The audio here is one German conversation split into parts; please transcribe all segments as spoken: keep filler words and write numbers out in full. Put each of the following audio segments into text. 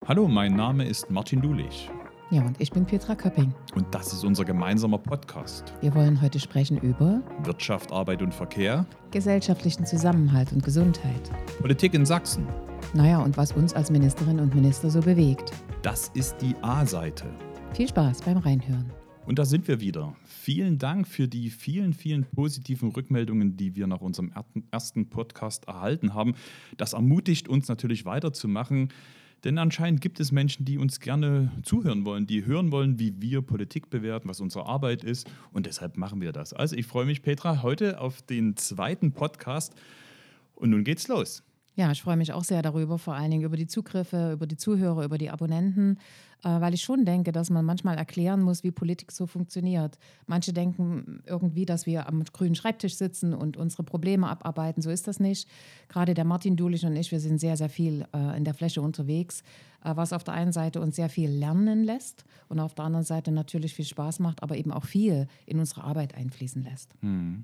Hallo, mein Name ist Martin Dulich Ja, und ich bin Petra Köpping. und das ist unser gemeinsamer Podcast. Wir wollen heute sprechen über Wirtschaft, Arbeit und Verkehr, gesellschaftlichen Zusammenhalt und Gesundheit. Politik in Sachsen. Naja, und was uns als Ministerinnen und Minister so bewegt. Das ist die A-Seite. Viel Spaß beim Reinhören. Und da sind wir wieder. Vielen Dank für die vielen, vielen positiven Rückmeldungen, die wir nach unserem ersten Podcast erhalten haben. Das ermutigt uns natürlich weiterzumachen, denn anscheinend gibt es Menschen, die uns gerne zuhören wollen, die hören wollen, wie wir Politik bewerten, was unsere Arbeit ist, und deshalb machen wir das. Also ich freue mich, Petra, heute auf den zweiten Podcast und nun geht's los. Ja, ich freue mich auch sehr darüber, vor allen Dingen über die Zugriffe, über die Zuhörer, über die Abonnenten, äh, weil ich schon denke, dass man manchmal erklären muss, wie Politik so funktioniert. Manche denken irgendwie, dass wir am grünen Schreibtisch sitzen und unsere Probleme abarbeiten. So ist das nicht. Gerade der Martin Dulich und ich, wir sind sehr, sehr viel äh, in der Fläche unterwegs, äh, was auf der einen Seite uns sehr viel lernen lässt und auf der anderen Seite natürlich viel Spaß macht, aber eben auch viel in unsere Arbeit einfließen lässt. Hm.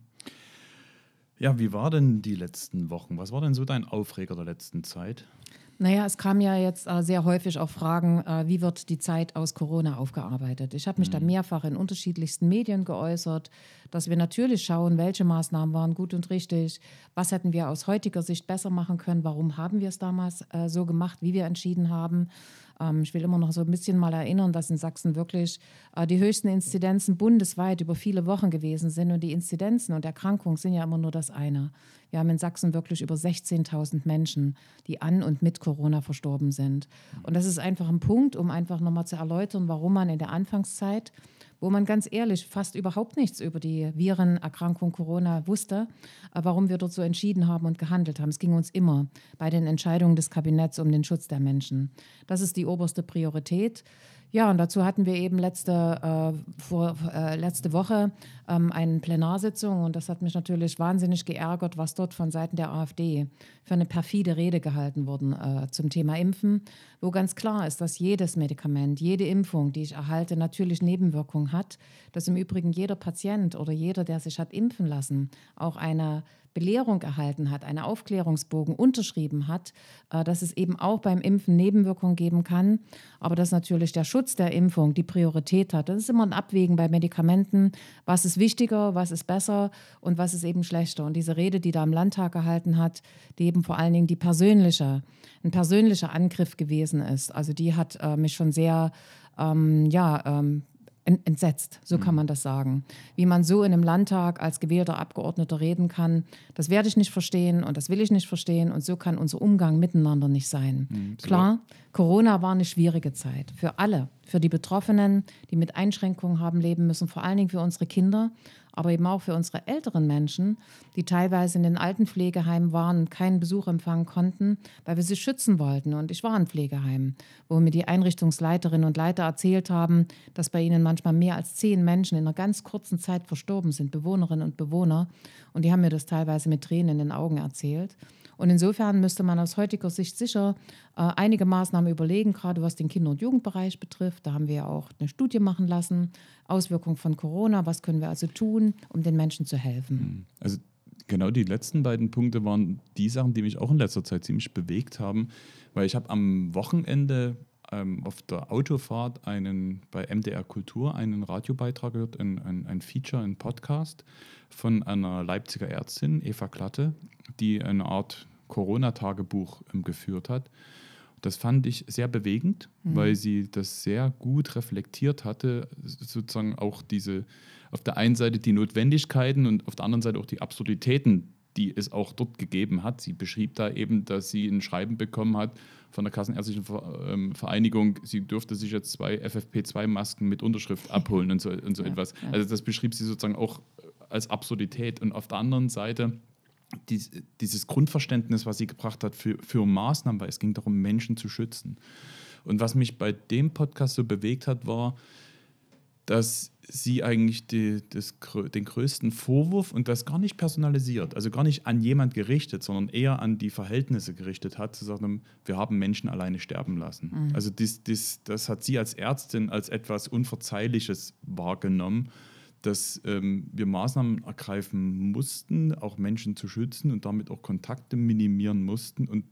Ja, wie war denn die letzten Wochen? Was war denn so dein Aufreger der letzten Zeit? Naja, es kam ja jetzt äh, sehr häufig auch Fragen, äh, wie wird die Zeit aus Corona aufgearbeitet? Ich habe mich mhm. da mehrfach in unterschiedlichsten Medien geäußert, dass wir natürlich schauen, welche Maßnahmen waren gut und richtig, was hätten wir aus heutiger Sicht besser machen können, warum haben wir es damals äh, so gemacht, wie wir entschieden haben. Ähm, ich will immer noch so ein bisschen mal erinnern, dass in Sachsen wirklich äh, die höchsten Inzidenzen bundesweit über viele Wochen gewesen sind, und die Inzidenzen und Erkrankungen sind ja immer nur das eine. Wir haben in Sachsen wirklich über sechzehntausend Menschen, die an und mit Corona verstorben sind. Und das ist einfach ein Punkt, um einfach nochmal zu erläutern, warum man in der Anfangszeit, wo man ganz ehrlich fast überhaupt nichts über die Virenerkrankung Corona wusste, warum wir dort so entschieden haben und gehandelt haben. Es ging uns immer bei den Entscheidungen des Kabinetts um den Schutz der Menschen. Das ist die oberste Priorität. Ja, und dazu hatten wir eben letzte, äh, vor, äh, letzte Woche ähm, eine Plenarsitzung, und das hat mich natürlich wahnsinnig geärgert, was dort von Seiten der AfD für eine perfide Rede gehalten wurde äh, zum Thema Impfen, wo ganz klar ist, dass jedes Medikament, jede Impfung, die ich erhalte, natürlich Nebenwirkungen hat, dass im Übrigen jeder Patient oder jeder, der sich hat impfen lassen, auch eine Belehrung erhalten hat, einen Aufklärungsbogen unterschrieben hat, äh, dass es eben auch beim Impfen Nebenwirkungen geben kann, aber dass natürlich der Schutz der Impfung die Priorität hat. Das ist immer ein Abwägen bei Medikamenten, was ist wichtiger, was ist besser und was ist eben schlechter. Und diese Rede, die da im Landtag gehalten hat, die eben vor allen Dingen die persönliche, ein persönlicher Angriff gewesen ist, also die hat äh, mich schon sehr, ähm, ja, ähm, entsetzt, so kann man das sagen. Wie man so in einem Landtag als gewählter Abgeordneter reden kann, das werde ich nicht verstehen und das will ich nicht verstehen, und so kann unser Umgang miteinander nicht sein. Mhm, Klar, Corona war eine schwierige Zeit für alle, für die Betroffenen, die mit Einschränkungen haben leben müssen, vor allen Dingen für unsere Kinder, aber eben auch für unsere älteren Menschen, die teilweise in den Altenpflegeheimen waren und keinen Besuch empfangen konnten, weil wir sie schützen wollten. Und ich war in Pflegeheimen, wo mir die Einrichtungsleiterinnen und Leiter erzählt haben, dass bei ihnen manchmal mehr als zehn Menschen in einer ganz kurzen Zeit verstorben sind, Bewohnerinnen und Bewohner. Und die haben mir das teilweise mit Tränen in den Augen erzählt. Und insofern müsste man aus heutiger Sicht sicher äh, einige Maßnahmen überlegen, gerade was den Kinder- und Jugendbereich betrifft. Da haben wir ja auch eine Studie machen lassen, Auswirkungen von Corona, was können wir also tun, um den Menschen zu helfen. Also genau die letzten beiden Punkte waren die Sachen, die mich auch in letzter Zeit ziemlich bewegt haben, weil ich habe am Wochenende ähm, auf der Autofahrt einen bei M D R Kultur einen Radiobeitrag gehört, ein, ein, ein Feature, ein Podcast von einer Leipziger Ärztin, Eva Klatte, die eine Art Corona-Tagebuch ähm, geführt hat. Das fand ich sehr bewegend, mhm. weil sie das sehr gut reflektiert hatte, sozusagen auch diese, auf der einen Seite die Notwendigkeiten und auf der anderen Seite auch die Absurditäten, die es auch dort gegeben hat. Sie beschrieb da eben, dass sie ein Schreiben bekommen hat von der Kassenärztlichen Vereinigung, sie dürfte sich jetzt zwei F F P zwei Masken mit Unterschrift abholen und so, und so ja, etwas. Ja. Also das beschrieb sie sozusagen auch als Absurdität. Und auf der anderen Seite dies, dieses Grundverständnis, was sie gebracht hat für, für Maßnahmen, weil es ging darum, Menschen zu schützen. Und was mich bei dem Podcast so bewegt hat, war, dass sie eigentlich die, das, den größten Vorwurf, und das gar nicht personalisiert, also gar nicht an jemand gerichtet, sondern eher an die Verhältnisse gerichtet hat, zu sagen, wir haben Menschen alleine sterben lassen. Mhm. Also das, das, das hat sie als Ärztin als etwas Unverzeihliches wahrgenommen, dass ähm, wir Maßnahmen ergreifen mussten, auch Menschen zu schützen und damit auch Kontakte minimieren mussten. Und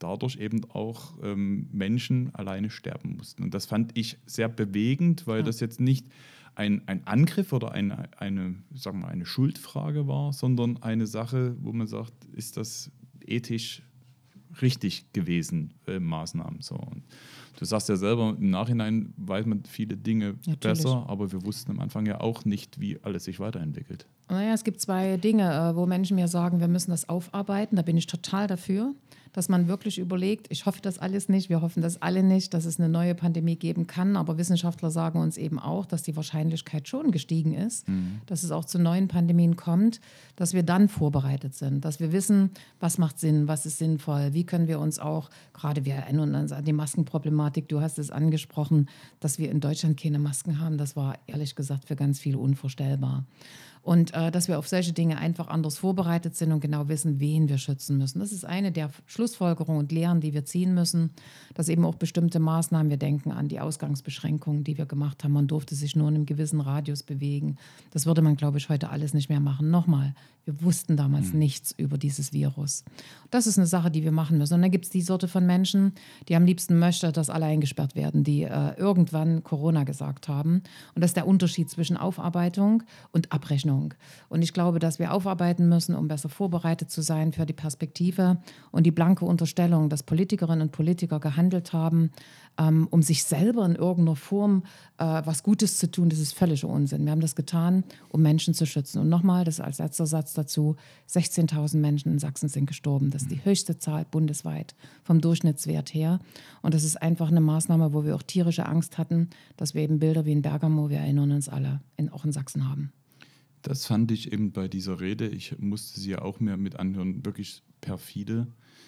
dadurch eben auch ähm, Menschen alleine sterben mussten. Und das fand ich sehr bewegend, weil ja. das jetzt nicht ein, ein Angriff oder eine, eine, sagen wir, eine Schuldfrage war, sondern eine Sache, wo man sagt, ist das ethisch richtig gewesen, äh, Maßnahmen. So. Und du sagst ja selber, im Nachhinein weiß man viele Dinge Natürlich. besser, aber wir wussten am Anfang ja auch nicht, wie alles sich weiterentwickelt. Naja, es gibt zwei Dinge, wo Menschen mir sagen, wir müssen das aufarbeiten. Da bin ich total dafür, dass man wirklich überlegt, ich hoffe das alles nicht, wir hoffen das alle nicht, dass es eine neue Pandemie geben kann, aber Wissenschaftler sagen uns eben auch, dass die Wahrscheinlichkeit schon gestiegen ist, mhm. dass es auch zu neuen Pandemien kommt, dass wir dann vorbereitet sind, dass wir wissen, was macht Sinn, was ist sinnvoll, wie können wir uns auch, gerade wir erinnern uns an die Maskenproblematik, du hast es angesprochen, dass wir in Deutschland keine Masken haben, das war ehrlich gesagt für ganz viele unvorstellbar. Und äh, dass wir auf solche Dinge einfach anders vorbereitet sind und genau wissen, wen wir schützen müssen. Das ist eine der Schlussfolgerungen und Lehren, die wir ziehen müssen, dass eben auch bestimmte Maßnahmen, wir denken an die Ausgangsbeschränkungen, die wir gemacht haben, man durfte sich nur in einem gewissen Radius bewegen. Das würde man, glaube ich, heute alles nicht mehr machen. Nochmal, wir wussten damals mhm. nichts über dieses Virus. Das ist eine Sache, die wir machen müssen. Und dann gibt es die Sorte von Menschen, die am liebsten möchte, dass alle eingesperrt werden, die äh, irgendwann Corona gesagt haben. Und das ist der Unterschied zwischen Aufarbeitung und Abrechnung. Und ich glaube, dass wir aufarbeiten müssen, um besser vorbereitet zu sein für die Perspektive. Und die blanke Unterstellung, dass Politikerinnen und Politiker gehandelt haben, ähm, um sich selber in irgendeiner Form äh, was Gutes zu tun, das ist völliger Unsinn. Wir haben das getan, um Menschen zu schützen. Und nochmal, das als letzter Satz dazu, sechzehntausend Menschen in Sachsen sind gestorben. Das ist die höchste Zahl bundesweit vom Durchschnittswert her. Und das ist einfach eine Maßnahme, wo wir auch tierische Angst hatten, dass wir eben Bilder wie in Bergamo, wir erinnern uns alle, in, auch in Sachsen haben. Das fand ich eben bei dieser Rede, ich musste sie ja auch mehr mit anhören, wirklich perfide,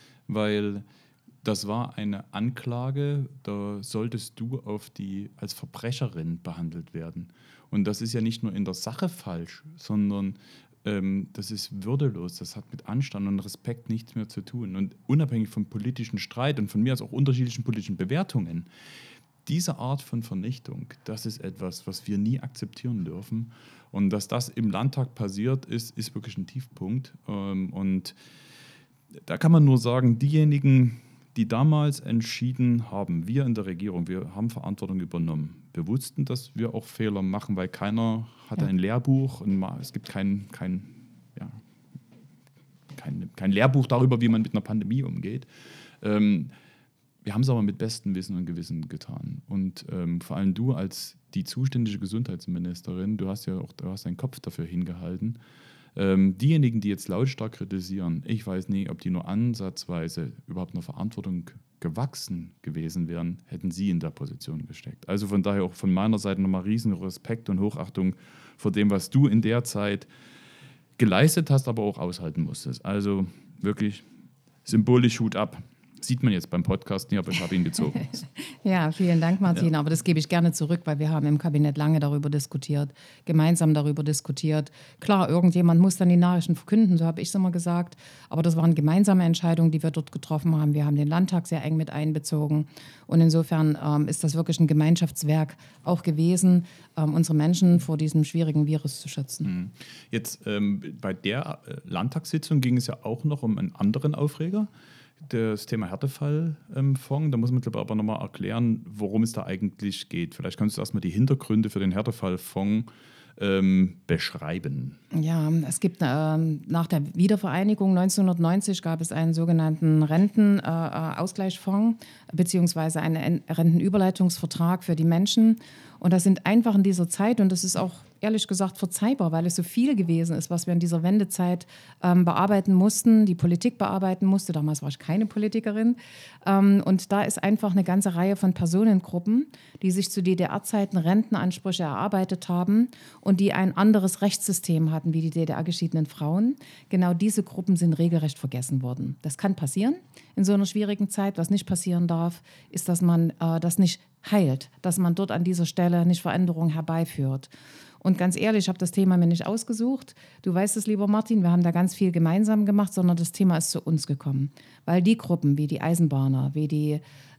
weil das war eine Anklage, da solltest du auf die, als Verbrecherin behandelt werden. Und das ist ja nicht nur in der Sache falsch, sondern ähm, das ist würdelos, das hat mit Anstand und Respekt nichts mehr zu tun. Und unabhängig vom politischen Streit und von mir aus auch unterschiedlichen politischen Bewertungen, diese Art von Vernichtung, das ist etwas, was wir nie akzeptieren dürfen. Und dass das im Landtag passiert ist, ist wirklich ein Tiefpunkt. Und da kann man nur sagen, diejenigen, die damals entschieden haben, wir in der Regierung, wir haben Verantwortung übernommen. Wir wussten, dass wir auch Fehler machen, weil keiner hatte ja. ein Lehrbuch und es gibt kein, kein, ja, kein, kein Lehrbuch darüber, wie man mit einer Pandemie umgeht. Ähm, Wir haben es aber mit bestem Wissen und Gewissen getan. Und ähm, vor allem du als die zuständige Gesundheitsministerin, du hast ja auch du hast deinen Kopf dafür hingehalten. Ähm, diejenigen, die jetzt lautstark kritisieren, ich weiß nicht, ob die nur ansatzweise überhaupt einer Verantwortung gewachsen gewesen wären, hätten sie in der Position gesteckt. Also von daher auch von meiner Seite nochmal riesen Respekt und Hochachtung vor dem, was du in der Zeit geleistet hast, aber auch aushalten musstest. Also wirklich symbolisch Hut ab. Sieht man jetzt beim Podcast nicht, aber ich habe ihn gezogen. Ja, vielen Dank, Martin. Ja. Aber das gebe ich gerne zurück, weil wir haben im Kabinett lange darüber diskutiert, gemeinsam darüber diskutiert. Klar, irgendjemand muss dann die Nachrichten verkünden, so habe ich es immer gesagt. Aber das waren gemeinsame Entscheidungen, die wir dort getroffen haben. Wir haben den Landtag sehr eng mit einbezogen. Und insofern ähm, ist das wirklich ein Gemeinschaftswerk auch gewesen, ähm, unsere Menschen vor diesem schwierigen Virus zu schützen. Jetzt ähm, bei der Landtagssitzung ging es ja auch noch um einen anderen Aufreger. Das Thema Härtefallfonds, da muss man glaube ich aber nochmal erklären, worum es da eigentlich geht. Vielleicht kannst du erstmal die Hintergründe für den Härtefallfonds ähm, beschreiben. Ja, es gibt ähm, nach der Wiedervereinigung neunzehnhundertneunzig gab es einen sogenannten Rentenausgleichsfonds äh, beziehungsweise einen Rentenüberleitungsvertrag für die Menschen. Und das sind einfach in dieser Zeit, und das ist auch ehrlich gesagt verzeihbar, weil es so viel gewesen ist, was wir in dieser Wendezeit ähm, bearbeiten mussten, die Politik bearbeiten musste. Damals war ich keine Politikerin. Ähm, und da ist einfach eine ganze Reihe von Personengruppen, die sich zu D D R-Zeiten Rentenansprüche erarbeitet haben und die ein anderes Rechtssystem hatten wie die D D R-geschiedenen Frauen. Genau diese Gruppen sind regelrecht vergessen worden. Das kann passieren in so einer schwierigen Zeit. Was nicht passieren darf, ist, dass man äh, das nicht heilt, dass man dort an dieser Stelle nicht Veränderungen herbeiführt. Und ganz ehrlich, ich habe das Thema mir nicht ausgesucht. Du weißt es, lieber Martin, wir haben da ganz viel gemeinsam gemacht, sondern das Thema ist zu uns gekommen. Weil die Gruppen wie die Eisenbahner, wie die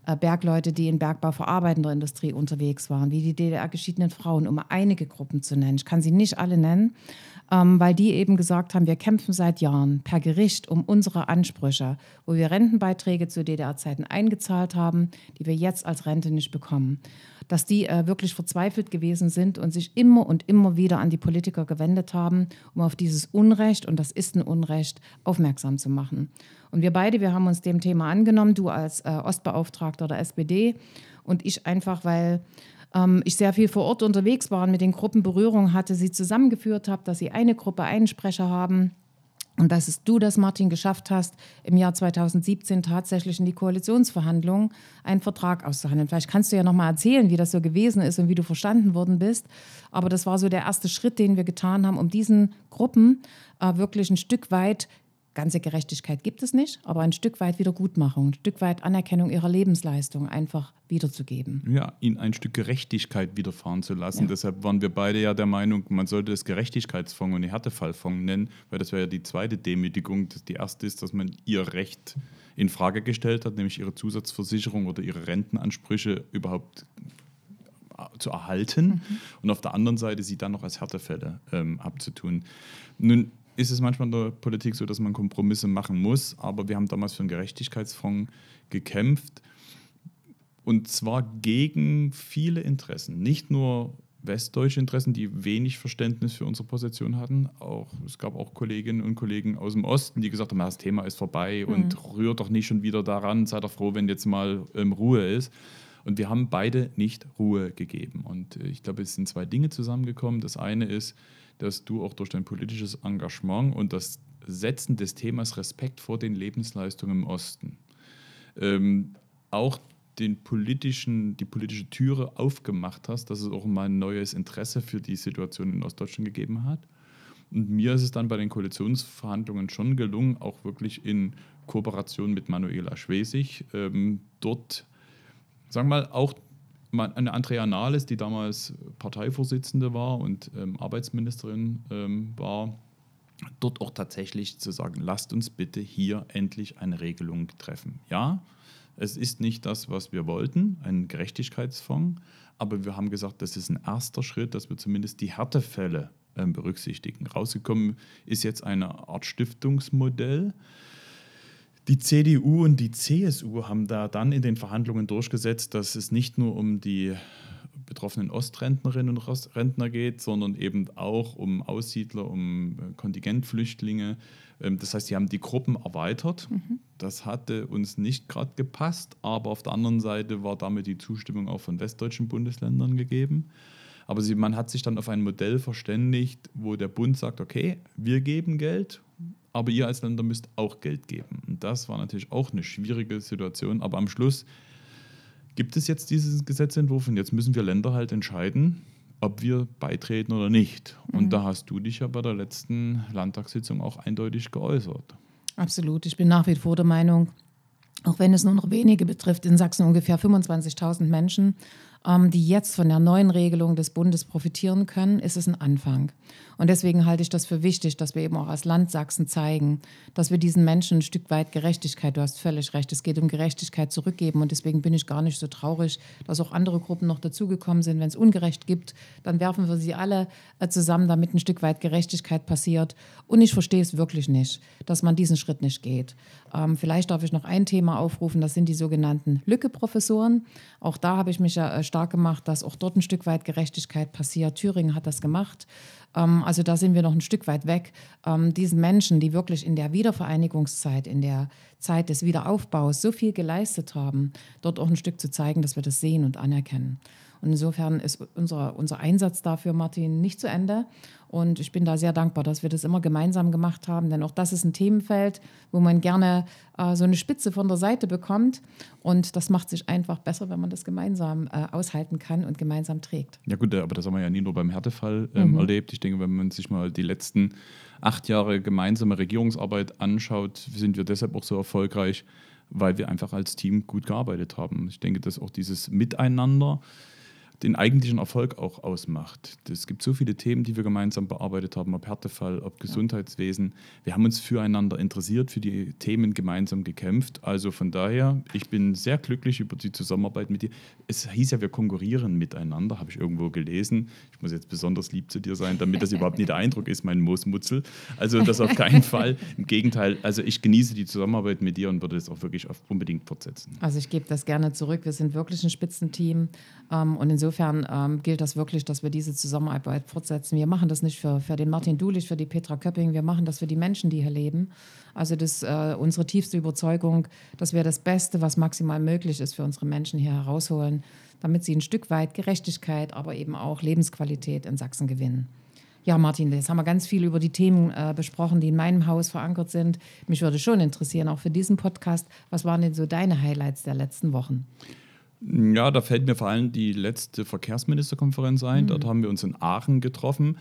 äh, Bergleute, die in Bergbau verarbeitender Industrie unterwegs waren, wie die D D R-geschiedenen Frauen, um einige Gruppen zu nennen. Ich kann sie nicht alle nennen, ähm, weil die eben gesagt haben, wir kämpfen seit Jahren per Gericht um unsere Ansprüche, wo wir Rentenbeiträge zu D D R-Zeiten eingezahlt haben, die wir jetzt als Rente nicht bekommen. Dass die äh, wirklich verzweifelt gewesen sind und sich immer und immer wieder an die Politiker gewendet haben, um auf dieses Unrecht, und das ist ein Unrecht, aufmerksam zu machen. Und wir beide, wir haben uns dem Thema angenommen, du als äh, Ostbeauftragter der S P D und ich einfach, weil ähm, ich sehr viel vor Ort unterwegs war und mit den Gruppen Berührung hatte, sie zusammengeführt habe, dass sie eine Gruppe einen Sprecher haben. Und dass es du das, Martin, geschafft hast, im Jahr zweitausendsiebzehn tatsächlich in die Koalitionsverhandlungen einen Vertrag auszuhandeln. Vielleicht kannst du ja noch mal erzählen, wie das so gewesen ist und wie du verstanden worden bist. Aber das war so der erste Schritt, den wir getan haben, um diesen Gruppen äh, wirklich ein Stück weit, ganze Gerechtigkeit gibt es nicht, aber ein Stück weit Wiedergutmachung, ein Stück weit Anerkennung ihrer Lebensleistung einfach wiederzugeben. Ja, ihnen ein Stück Gerechtigkeit widerfahren zu lassen. Ja. Deshalb waren wir beide ja der Meinung, man sollte es Gerechtigkeitsfonds und nicht Härtefallfonds nennen, weil das wäre ja die zweite Demütigung. Die erste ist, dass man ihr Recht in Frage gestellt hat, nämlich ihre Zusatzversicherung oder ihre Rentenansprüche überhaupt zu erhalten. Mhm. Und auf der anderen Seite sie dann noch als Härtefälle ähm, abzutun. Nun ist es manchmal in der Politik so, dass man Kompromisse machen muss, aber wir haben damals für einen Gerechtigkeitsfonds gekämpft und zwar gegen viele Interessen, nicht nur westdeutsche Interessen, die wenig Verständnis für unsere Position hatten, auch, es gab auch Kolleginnen und Kollegen aus dem Osten, die gesagt haben, das Thema ist vorbei mhm. und rührt doch nicht schon wieder daran, seid doch froh, wenn jetzt mal ähm, Ruhe ist. Und wir haben beide nicht Ruhe gegeben und ich glaube, es sind zwei Dinge zusammengekommen. Das eine ist, dass du auch durch dein politisches Engagement und das Setzen des Themas Respekt vor den Lebensleistungen im Osten ähm, auch den politischen, die politische Türe aufgemacht hast, dass es auch mal ein neues Interesse für die Situation in Ostdeutschland gegeben hat. Und mir ist es dann bei den Koalitionsverhandlungen schon gelungen, auch wirklich in Kooperation mit Manuela Schwesig, ähm, dort, sagen wir mal, auch eine Andrea Nahles, die damals Parteivorsitzende war und ähm, Arbeitsministerin ähm, war, dort auch tatsächlich zu sagen, lasst uns bitte hier endlich eine Regelung treffen. Ja, es ist nicht das, was wir wollten, ein Gerechtigkeitsfonds, aber wir haben gesagt, das ist ein erster Schritt, dass wir zumindest die Härtefälle ähm, berücksichtigen. Rausgekommen ist jetzt eine Art Stiftungsmodell. Die C D U und die C S U haben da dann in den Verhandlungen durchgesetzt, dass es nicht nur um die betroffenen Ostrentnerinnen und Rentner geht, sondern eben auch um Aussiedler, um Kontingentflüchtlinge. Das heißt, sie haben die Gruppen erweitert. Mhm. Das hatte uns nicht gerade gepasst, aber auf der anderen Seite war damit die Zustimmung auch von westdeutschen Bundesländern gegeben. Aber sie, man hat sich dann auf ein Modell verständigt, wo der Bund sagt, okay, wir geben Geld, aber ihr als Länder müsst auch Geld geben. Und das war natürlich auch eine schwierige Situation. Aber am Schluss gibt es jetzt diesen Gesetzentwurf und jetzt müssen wir Länder halt entscheiden, ob wir beitreten oder nicht. Mhm. Und da hast du dich ja bei der letzten Landtagssitzung auch eindeutig geäußert. Absolut. Ich bin nach wie vor der Meinung, auch wenn es nur noch wenige betrifft, in Sachsen ungefähr fünfundzwanzigtausend Menschen, ähm, die jetzt von der neuen Regelung des Bundes profitieren können, ist es ein Anfang. Und deswegen halte ich das für wichtig, dass wir eben auch als Land Sachsen zeigen, dass wir diesen Menschen ein Stück weit Gerechtigkeit, du hast völlig recht, es geht um Gerechtigkeit zurückgeben und deswegen bin ich gar nicht so traurig, dass auch andere Gruppen noch dazugekommen sind. Wenn es ungerecht gibt, dann werfen wir sie alle zusammen, damit ein Stück weit Gerechtigkeit passiert. Und ich verstehe es wirklich nicht, dass man diesen Schritt nicht geht. Ähm, vielleicht darf ich noch ein Thema aufrufen, das sind die sogenannten Lücke-Professoren. Auch da habe ich mich ja stark gemacht, dass auch dort ein Stück weit Gerechtigkeit passiert. Thüringen hat das gemacht. Also da sind wir noch ein Stück weit weg. Diesen Menschen, die wirklich in der Wiedervereinigungszeit, in der Zeit des Wiederaufbaus so viel geleistet haben, dort auch ein Stück zu zeigen, dass wir das sehen und anerkennen. Und insofern ist unser, unser Einsatz dafür, Martin, nicht zu Ende. Und ich bin da sehr dankbar, dass wir das immer gemeinsam gemacht haben, denn auch das ist ein Themenfeld, wo man gerne äh, so eine Spitze von der Seite bekommt. Und das macht sich einfach besser, wenn man das gemeinsam äh, aushalten kann und gemeinsam trägt. Ja gut, aber das haben wir ja nie nur beim Härtefall ähm, mhm. erlebt. Ich denke, wenn man sich mal die letzten acht Jahre gemeinsame Regierungsarbeit anschaut, sind wir deshalb auch so erfolgreich, weil wir einfach als Team gut gearbeitet haben. Ich denke, dass auch dieses Miteinander den eigentlichen Erfolg auch ausmacht. Es gibt so viele Themen, die wir gemeinsam bearbeitet haben, ob Härtefall, ob Gesundheitswesen. Wir haben uns füreinander interessiert, für die Themen gemeinsam gekämpft. Also von daher, ich bin sehr glücklich über die Zusammenarbeit mit dir. Es hieß ja, wir konkurrieren miteinander, habe ich irgendwo gelesen. Ich muss jetzt besonders lieb zu dir sein, damit das überhaupt nicht der Eindruck ist, mein Moosmutzel. Also das auf keinen Fall. Im Gegenteil, also ich genieße die Zusammenarbeit mit dir und würde das auch wirklich unbedingt fortsetzen. Also ich gebe das gerne zurück. Wir sind wirklich ein Spitzenteam ähm, und insofern ähm, gilt das wirklich, dass wir diese Zusammenarbeit fortsetzen. Wir machen das nicht für, für den Martin Dulich, für die Petra Köpping, wir machen das für die Menschen, die hier leben. Also das ist äh, unsere tiefste Überzeugung, dass wir das Beste, was maximal möglich ist, für unsere Menschen hier herausholen, damit sie ein Stück weit Gerechtigkeit, aber eben auch Lebensqualität in Sachsen gewinnen. Ja, Martin, jetzt haben wir ganz viel über die Themen äh, besprochen, die in meinem Haus verankert sind. Mich würde schon interessieren, auch für diesen Podcast, was waren denn so deine Highlights der letzten Wochen? Ja, da fällt mir vor allem die letzte Verkehrsministerkonferenz ein. Mhm. Dort haben wir uns in Aachen getroffen.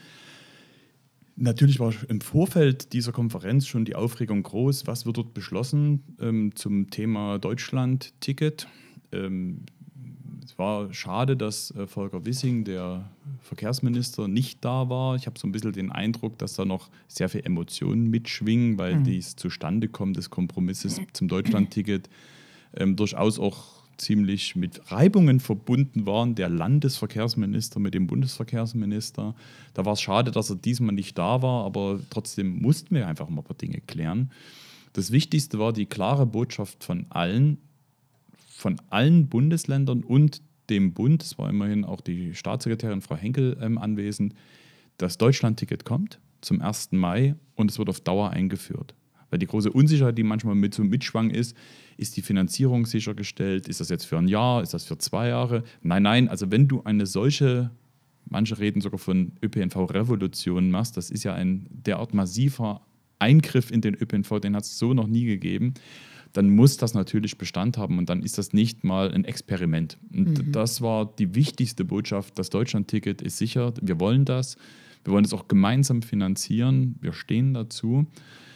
Natürlich war im Vorfeld dieser Konferenz schon die Aufregung groß. Was wird dort beschlossen ähm, zum Thema Deutschland-Ticket? Ähm, Es war schade, dass äh, Volker Wissing, der Verkehrsminister, nicht da war. Ich habe so ein bisschen den Eindruck, dass da noch sehr viel Emotionen mitschwingen, weil mhm. dies Zustandekommen des Kompromisses zum Deutschlandticket ähm, durchaus auch ziemlich mit Reibungen verbunden waren. Der Landesverkehrsminister mit dem Bundesverkehrsminister. Da war es schade, dass er diesmal nicht da war, aber trotzdem mussten wir einfach mal ein paar Dinge klären. Das Wichtigste war die klare Botschaft von allen, von allen Bundesländern und dem Bund, es war immerhin auch die Staatssekretärin Frau Henkel ähm, anwesend, das Deutschlandticket kommt zum ersten Mai und es wird auf Dauer eingeführt. Weil die große Unsicherheit, die manchmal mit so Mitschwang ist, ist die Finanzierung sichergestellt? Ist das jetzt für ein Jahr? Ist das für zwei Jahre? Nein, nein, also wenn du eine solche, manche reden sogar von Ö P N V-Revolution machst, das ist ja ein derart massiver Eingriff in den Ö P N V, den hat es so noch nie gegeben, dann muss das natürlich Bestand haben und dann ist das nicht mal ein Experiment. Und mhm. das war die wichtigste Botschaft, das Deutschlandticket ist sicher, wir wollen das, wir wollen es auch gemeinsam finanzieren, wir stehen dazu.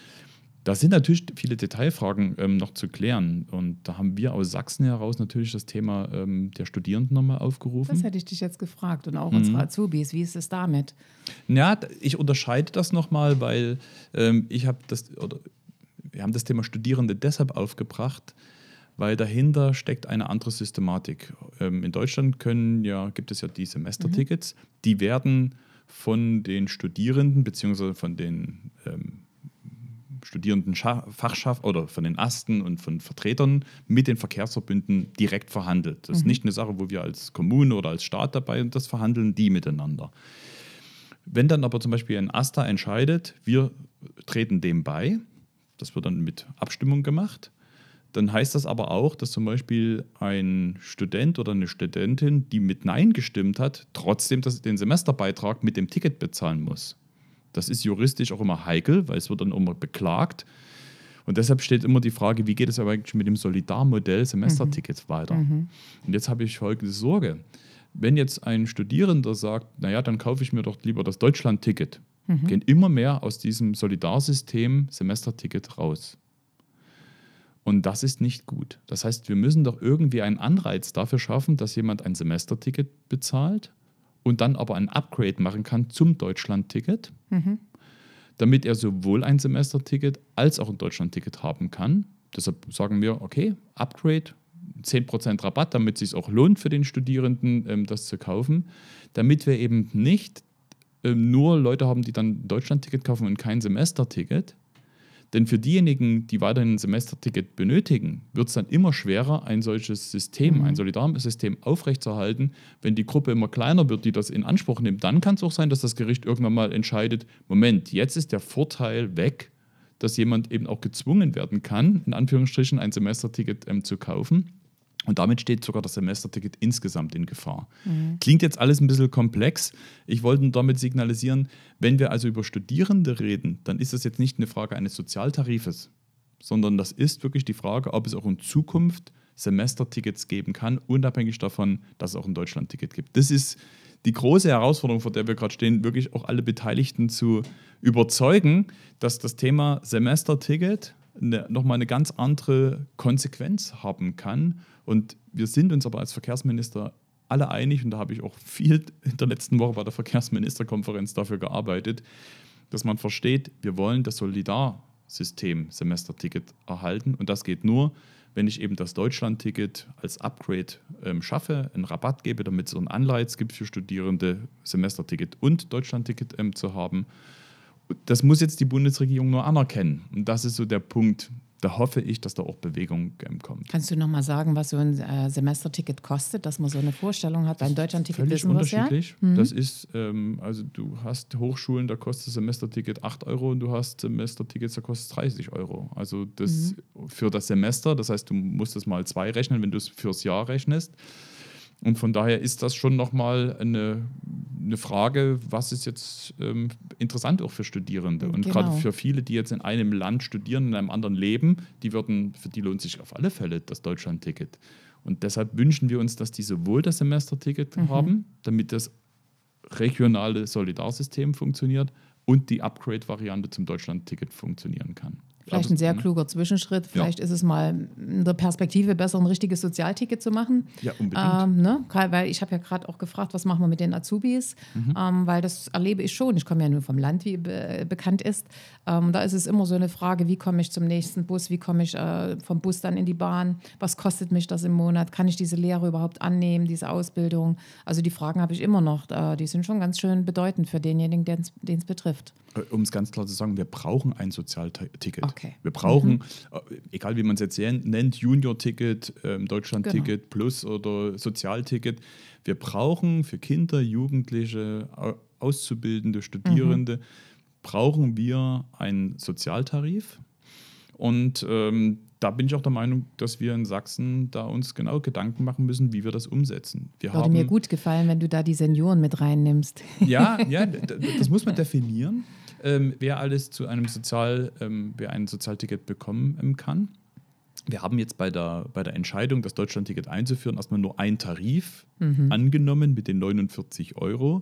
Da sind natürlich viele Detailfragen ähm, noch zu klären und da haben wir aus Sachsen heraus natürlich das Thema ähm, der Studierenden nochmal aufgerufen. Das hätte ich dich jetzt gefragt und auch mhm. unsere Azubis, wie ist es damit? Ja, ich unterscheide das nochmal, weil ähm, ich habe das, oder wir haben das Thema Studierende deshalb aufgebracht, weil dahinter steckt eine andere Systematik. Ähm, in Deutschland können ja, gibt es ja die Semestertickets, mhm. die werden von den Studierenden bzw. von den ähm, Studierenden Fachschaft oder von den Asten und von Vertretern mit den Verkehrsverbünden direkt verhandelt. Das mhm. ist nicht eine Sache, wo wir als Kommune oder als Staat dabei sind, das verhandeln die miteinander. Wenn dann aber zum Beispiel ein AStA entscheidet, wir treten dem bei, das wird dann mit Abstimmung gemacht, dann heißt das aber auch, dass zum Beispiel ein Student oder eine Studentin, die mit Nein gestimmt hat, trotzdem das, den Semesterbeitrag mit dem Ticket bezahlen muss. Das ist juristisch auch immer heikel, weil es wird dann immer beklagt. Und deshalb steht immer die Frage, wie geht es aber eigentlich mit dem Solidarmodell Semestertickets mhm. weiter? Mhm. Und jetzt habe ich folgende Sorge. Wenn jetzt ein Studierender sagt, naja, dann kaufe ich mir doch lieber das Deutschlandticket, mhm. gehen immer mehr aus diesem Solidarsystem Semesterticket raus. Und das ist nicht gut. Das heißt, wir müssen doch irgendwie einen Anreiz dafür schaffen, dass jemand ein Semesterticket bezahlt und dann aber ein Upgrade machen kann zum Deutschlandticket, mhm. damit er sowohl ein Semesterticket als auch ein Deutschlandticket haben kann. Deshalb sagen wir, okay, Upgrade, zehn Prozent Rabatt, damit es sich auch lohnt für den Studierenden, ähm, das zu kaufen, damit wir eben nicht ähm, nur Leute haben, die dann ein Deutschlandticket kaufen und kein Semesterticket. Denn für diejenigen, die weiterhin ein Semesterticket benötigen, wird es dann immer schwerer, ein solches System, mhm. ein Solidarsystem aufrechtzuerhalten. Wenn die Gruppe immer kleiner wird, die das in Anspruch nimmt, dann kann es auch sein, dass das Gericht irgendwann mal entscheidet, Moment, jetzt ist der Vorteil weg, dass jemand eben auch gezwungen werden kann, in Anführungsstrichen ein Semesterticket ähm, zu kaufen. Und damit steht sogar das Semesterticket insgesamt in Gefahr. Mhm. Klingt jetzt alles ein bisschen komplex. Ich wollte damit signalisieren, wenn wir also über Studierende reden, dann ist das jetzt nicht eine Frage eines Sozialtarifes, sondern das ist wirklich die Frage, ob es auch in Zukunft Semestertickets geben kann, unabhängig davon, dass es auch ein Deutschlandticket gibt. Das ist die große Herausforderung, vor der wir gerade stehen, wirklich auch alle Beteiligten zu überzeugen, dass das Thema Semesterticket eine, nochmal eine ganz andere Konsequenz haben kann. Und wir sind uns aber als Verkehrsminister alle einig, und da habe ich auch viel in der letzten Woche bei der Verkehrsministerkonferenz dafür gearbeitet, dass man versteht, wir wollen das Solidarsystem Semesterticket erhalten, und das geht nur, wenn ich eben das Deutschlandticket als Upgrade ähm, schaffe, einen Rabatt gebe, damit es einen Anreiz gibt für Studierende, Semesterticket und Deutschlandticket ähm, zu haben. Das muss jetzt die Bundesregierung nur anerkennen. Und das ist so der Punkt. Da hoffe ich, dass da auch Bewegung ähm, kommt. Kannst du noch mal sagen, was so ein äh, Semesterticket kostet, dass man so eine Vorstellung hat? Beim Deutschlandticket Völlig wissen wir es ja. unterschiedlich. Mhm. Das ist, ähm, also du hast Hochschulen, da kostet Semesterticket acht Euro, und du hast Semestertickets, da kostet es dreißig Euro. Also das mhm. für das Semester, das heißt, du musst es mal zwei rechnen, wenn du es fürs Jahr rechnest. Und von daher ist das schon nochmal eine, eine Frage, was ist jetzt ähm, interessant auch für Studierende. Und genau. gerade für viele, die jetzt in einem Land studieren, in einem anderen leben, die würden, für die lohnt sich auf alle Fälle das Deutschlandticket. Und deshalb wünschen wir uns, dass die sowohl das Semesterticket mhm. haben, damit das regionale Solidarsystem funktioniert, und die Upgrade-Variante zum Deutschlandticket funktionieren kann. Vielleicht ein sehr kluger Zwischenschritt. Vielleicht ja. ist es mal in der Perspektive besser, ein richtiges Sozialticket zu machen. Ja, unbedingt. Ähm, ne? Weil ich habe ja gerade auch gefragt, was machen wir mit den Azubis? Mhm. Ähm, weil das erlebe ich schon. Ich komme ja nur vom Land, wie be- bekannt ist. Ähm, da ist es immer so eine Frage, wie komme ich zum nächsten Bus? Wie komme ich äh, vom Bus dann in die Bahn? Was kostet mich das im Monat? Kann ich diese Lehre überhaupt annehmen, diese Ausbildung? Also die Fragen habe ich immer noch. Äh, die sind schon ganz schön bedeutend für denjenigen, den es betrifft. Um es ganz klar zu sagen, wir brauchen ein Sozialticket. Okay. Wir brauchen, mhm. egal wie man es jetzt nennt, Junior-Ticket, ähm, Deutschland-Ticket genau. Plus oder Sozialticket. Wir brauchen für Kinder, Jugendliche, Auszubildende, Studierende, mhm. brauchen wir einen Sozialtarif. Und ähm, da bin ich auch der Meinung, dass wir in Sachsen da uns genau Gedanken machen müssen, wie wir das umsetzen. Wir Würde haben, mir gut gefallen, wenn du da die Senioren mit reinnimmst. Ja, ja, das muss man definieren, ähm, wer alles zu einem Sozial, ähm, wer ein Sozialticket bekommen ähm, kann. Wir haben jetzt bei der, bei der Entscheidung, das Deutschlandticket einzuführen, erstmal nur einen Tarif mhm. angenommen mit den neunundvierzig Euro.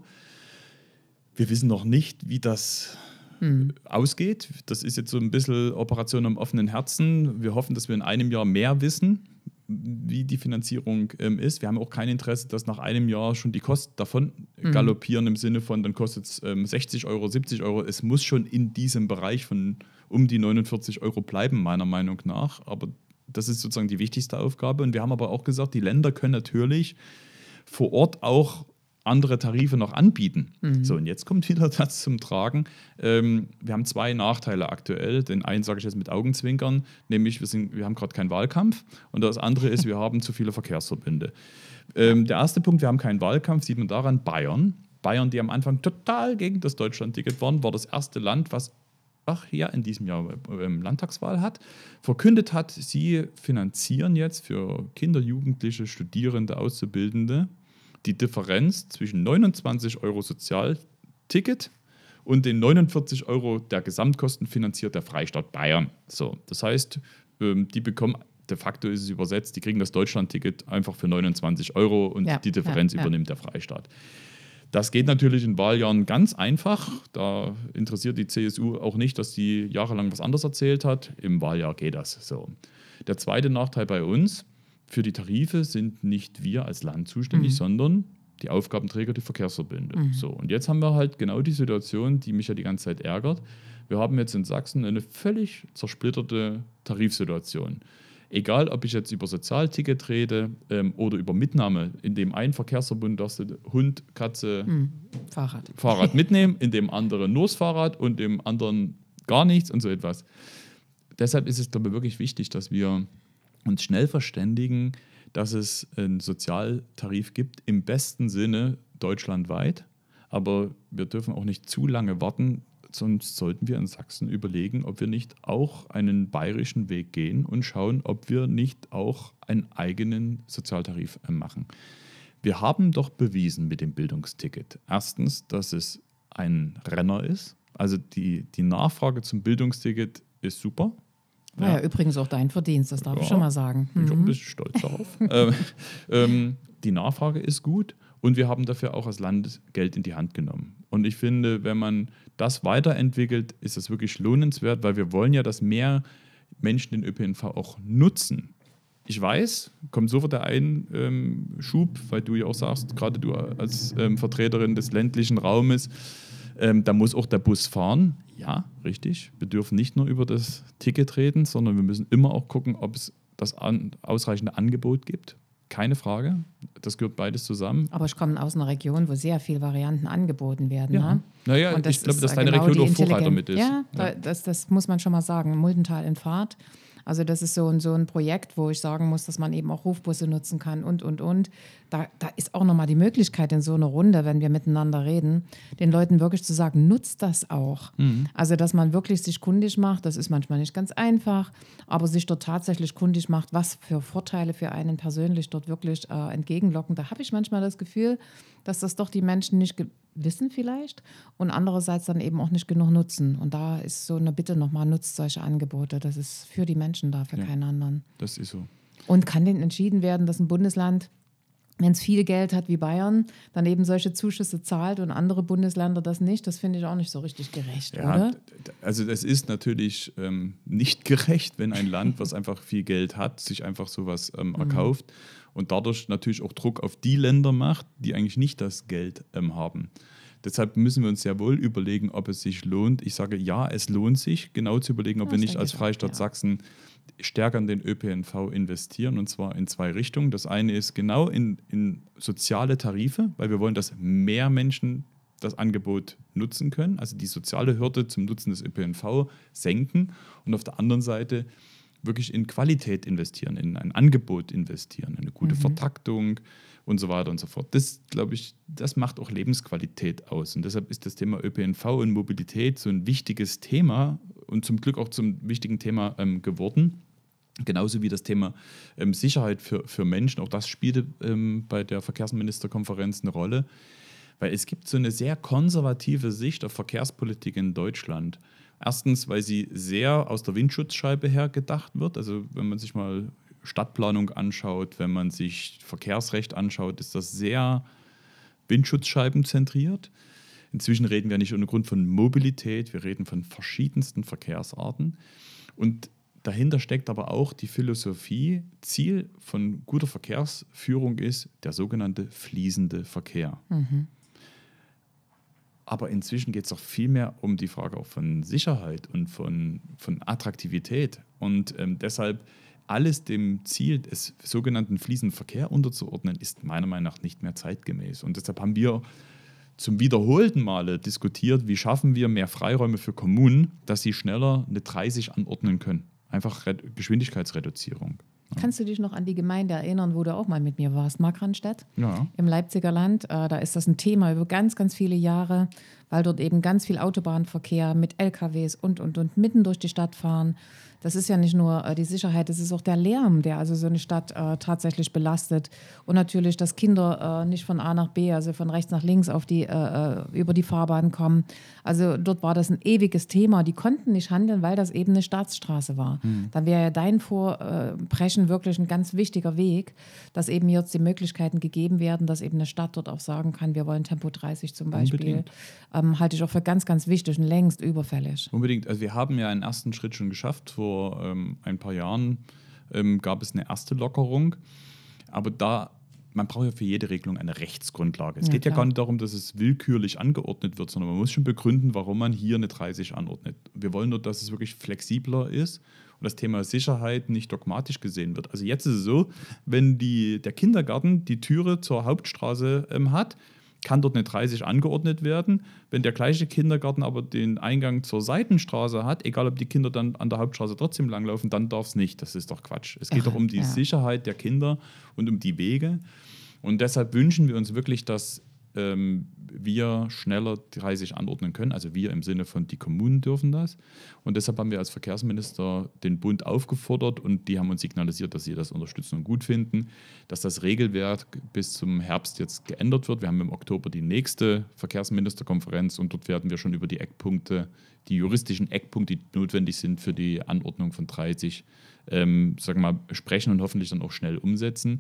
Wir wissen noch nicht, wie das hm. ausgeht. Das ist jetzt so ein bisschen Operation am offenen Herzen. Wir hoffen, dass wir in einem Jahr mehr wissen, wie die Finanzierung ähm, ist. Wir haben auch kein Interesse, dass nach einem Jahr schon die Kosten davon hm. galoppieren, im Sinne von, dann kostet es ähm, sechzig Euro, siebzig Euro. Es muss schon in diesem Bereich von um die neunundvierzig Euro bleiben, meiner Meinung nach. Aber das ist sozusagen die wichtigste Aufgabe. Und wir haben aber auch gesagt, die Länder können natürlich vor Ort auch andere Tarife noch anbieten. Mhm. So, und jetzt kommt wieder das zum Tragen. Ähm, wir haben zwei Nachteile aktuell. Den einen sage ich jetzt mit Augenzwinkern, nämlich wir, sind, wir haben gerade keinen Wahlkampf, und das andere ist, wir haben zu viele Verkehrsverbünde. Ähm, der erste Punkt, wir haben keinen Wahlkampf, sieht man daran, Bayern. Bayern, die am Anfang total gegen das Deutschlandticket waren, war das erste Land, was ach ja, in diesem Jahr ähm, Landtagswahl hat, verkündet hat, sie finanzieren jetzt für Kinder, Jugendliche, Studierende, Auszubildende die Differenz zwischen neunundzwanzig Euro Sozialticket und den neunundvierzig Euro der Gesamtkosten finanziert der Freistaat Bayern. So, das heißt, ähm, die bekommen, de facto ist es übersetzt, die kriegen das Deutschlandticket einfach für neunundzwanzig Euro, und ja, die Differenz ja, ja. übernimmt der Freistaat. Das geht natürlich in Wahljahren ganz einfach. Da interessiert die C S U auch nicht, dass sie jahrelang was anderes erzählt hat. Im Wahljahr geht das so. Der zweite Nachteil bei uns: Für die Tarife sind nicht wir als Land zuständig, mhm. sondern die Aufgabenträger, die Verkehrsverbünde. Mhm. So, und jetzt haben wir halt genau die Situation, die mich ja die ganze Zeit ärgert. Wir haben jetzt in Sachsen eine völlig zersplitterte Tarifsituation. Egal, ob ich jetzt über Sozialticket rede ähm, oder über Mitnahme, in dem einen Verkehrsverbund darfst du Hund, Katze, mhm. Fahrrad. Fahrrad mitnehmen, in dem anderen nur das Fahrrad und dem anderen gar nichts und so etwas. Deshalb ist es, glaube ich, wirklich wichtig, dass wir uns schnell verständigen, dass es einen Sozialtarif gibt, im besten Sinne deutschlandweit. Aber wir dürfen auch nicht zu lange warten, sonst sollten wir in Sachsen überlegen, ob wir nicht auch einen bayerischen Weg gehen und schauen, ob wir nicht auch einen eigenen Sozialtarif machen. Wir haben doch bewiesen mit dem Bildungsticket, erstens, dass es ein Renner ist. Also die, die Nachfrage zum Bildungsticket ist super. War ja. ja übrigens auch dein Verdienst, das darf ja, ich schon mal sagen. Bin ich auch ein bisschen stolz darauf. ähm, ähm, die Nachfrage ist gut, und wir haben dafür auch als Land Geld in die Hand genommen. Und ich finde, wenn man das weiterentwickelt, ist das wirklich lohnenswert, weil wir wollen ja, dass mehr Menschen den ÖPNV auch nutzen. ich weiß, kommt sofort der Einschub, weil du ja auch sagst, gerade du als ähm, Vertreterin des ländlichen Raumes, ähm, da muss auch der Bus fahren. Ja, richtig. Wir dürfen nicht nur über das Ticket reden, sondern wir müssen immer auch gucken, ob es das an, ausreichende Angebot gibt. Keine Frage. Das gehört beides zusammen. Aber ich komme aus einer Region, wo sehr viele Varianten angeboten werden. Ja. Ne? Naja, Und das ich glaube, ist dass deine genau Region die auch Vorreiter Intelligen- mit ist. Ja, da, das, das muss man schon mal sagen. Muldental in Fahrt. Also das ist so ein, so ein Projekt, wo ich sagen muss, dass man eben auch Rufbusse nutzen kann und, und, und. Da, da ist auch nochmal die Möglichkeit in so einer Runde, wenn wir miteinander reden, den Leuten wirklich zu sagen, nutzt das auch. Mhm. Also dass man wirklich sich kundig macht, das ist manchmal nicht ganz einfach, aber sich dort tatsächlich kundig macht, was für Vorteile für einen persönlich dort wirklich äh, entgegenlocken. Da habe ich manchmal das Gefühl, dass das doch die Menschen nicht ge- wissen vielleicht und andererseits dann eben auch nicht genug nutzen. Und da ist so eine Bitte nochmal, nutzt solche Angebote. Das ist für die Menschen da, für Ja. keinen anderen. Das ist so. Und kann denn entschieden werden, dass ein Bundesland, wenn es viel Geld hat wie Bayern, dann eben solche Zuschüsse zahlt und andere Bundesländer das nicht? Das finde ich auch nicht so richtig gerecht, Ja, oder? d- d- also es ist natürlich ähm, nicht gerecht, wenn ein Land, was einfach viel Geld hat, sich einfach sowas ähm, erkauft und dadurch natürlich auch Druck auf die Länder macht, die eigentlich nicht das Geld ähm, haben. Deshalb müssen wir uns sehr wohl überlegen, ob es sich lohnt. Ich sage ja, es lohnt sich, genau zu überlegen, ob Das wir nicht denke als ich auch, Freistaat ja. Sachsen stärker in den Ö P N V investieren, und zwar in zwei Richtungen. Das eine ist genau in, in soziale Tarife, weil wir wollen, dass mehr Menschen das Angebot nutzen können, also die soziale Hürde zum Nutzen des Ö P N V senken, und auf der anderen Seite wirklich in Qualität investieren, in ein Angebot investieren, in eine gute Vertaktung und so weiter und so fort. Das, glaube ich, das macht auch Lebensqualität aus. Und deshalb ist das Thema Ö P N V und Mobilität so ein wichtiges Thema und zum Glück auch zum wichtigen Thema ähm, geworden. Genauso wie das Thema ähm, Sicherheit für, für Menschen. Auch das spielte ähm, bei der Verkehrsministerkonferenz eine Rolle. Weil es gibt so eine sehr konservative Sicht auf Verkehrspolitik in Deutschland. Erstens, weil sie sehr aus der Windschutzscheibe her gedacht wird. Also wenn man sich mal Stadtplanung anschaut, wenn man sich Verkehrsrecht anschaut, ist das sehr windschutzscheibenzentriert. Inzwischen reden wir nicht ohne Grund von Mobilität, wir reden von verschiedensten Verkehrsarten. Und dahinter steckt aber auch die Philosophie, Ziel von guter Verkehrsführung ist der sogenannte fließende Verkehr. Mhm. Aber inzwischen geht es doch viel mehr um die Frage auch von Sicherheit und von, von Attraktivität. Und ähm, deshalb alles dem Ziel des sogenannten fließenden Verkehrs unterzuordnen, ist meiner Meinung nach nicht mehr zeitgemäß. Und deshalb haben wir zum wiederholten Male diskutiert, wie schaffen wir mehr Freiräume für Kommunen, dass sie schneller eine dreißig anordnen können. Einfach Re- Geschwindigkeitsreduzierung. Kannst du dich noch an die Gemeinde erinnern, wo du auch mal mit mir warst, Markranstädt? Ja. Im Leipziger Land. Äh, da ist das ein Thema über ganz, ganz viele Jahre, weil dort eben ganz viel Autobahnverkehr mit L K Ws und, und, und mitten durch die Stadt fahren. Das ist ja nicht nur äh, die Sicherheit, das ist auch der Lärm, der also so eine Stadt äh, tatsächlich belastet. Und natürlich, dass Kinder äh, nicht von A nach B, also von rechts nach links auf die, äh, über die Fahrbahn kommen. Also dort war das ein ewiges Thema. Die konnten nicht handeln, weil das eben eine Staatsstraße war. Mhm. Dann wäre ja dein Vorbrechen wirklich ein ganz wichtiger Weg, dass eben jetzt die Möglichkeiten gegeben werden, dass eben eine Stadt dort auch sagen kann, wir wollen Tempo dreißig zum Beispiel. Ähm, halte ich auch für ganz, ganz wichtig und längst überfällig. Unbedingt. Also wir haben ja einen ersten Schritt schon geschafft. Vor ähm, ein paar Jahren ähm, gab es eine erste Lockerung. Aber da, man braucht ja für jede Regelung eine Rechtsgrundlage. Es Ja, geht ja klar. gar nicht darum, dass es willkürlich angeordnet wird, sondern man muss schon begründen, warum man hier eine dreißig anordnet. Wir wollen nur, dass es wirklich flexibler ist und das Thema Sicherheit nicht dogmatisch gesehen wird. Also jetzt ist es so, wenn die, der Kindergarten die Türe zur Hauptstraße ähm, hat, kann dort eine dreißig angeordnet werden. Wenn der gleiche Kindergarten aber den Eingang zur Seitenstraße hat, egal ob die Kinder dann an der Hauptstraße trotzdem langlaufen, dann darf es nicht. Das ist doch Quatsch. Es geht Irre, doch um die ja. Sicherheit der Kinder und um die Wege. Und deshalb wünschen wir uns wirklich, dass ähm, wir schneller dreißig anordnen können. Also wir im Sinne von, die Kommunen dürfen das. Und deshalb haben wir als Verkehrsminister den Bund aufgefordert und die haben uns signalisiert, dass sie das unterstützen und gut finden, dass das Regelwerk bis zum Herbst jetzt geändert wird. Wir haben im Oktober die nächste Verkehrsministerkonferenz und dort werden wir schon über die Eckpunkte, die juristischen Eckpunkte, die notwendig sind für die Anordnung von dreißig, ähm, sagen wir mal, sprechen und hoffentlich dann auch schnell umsetzen.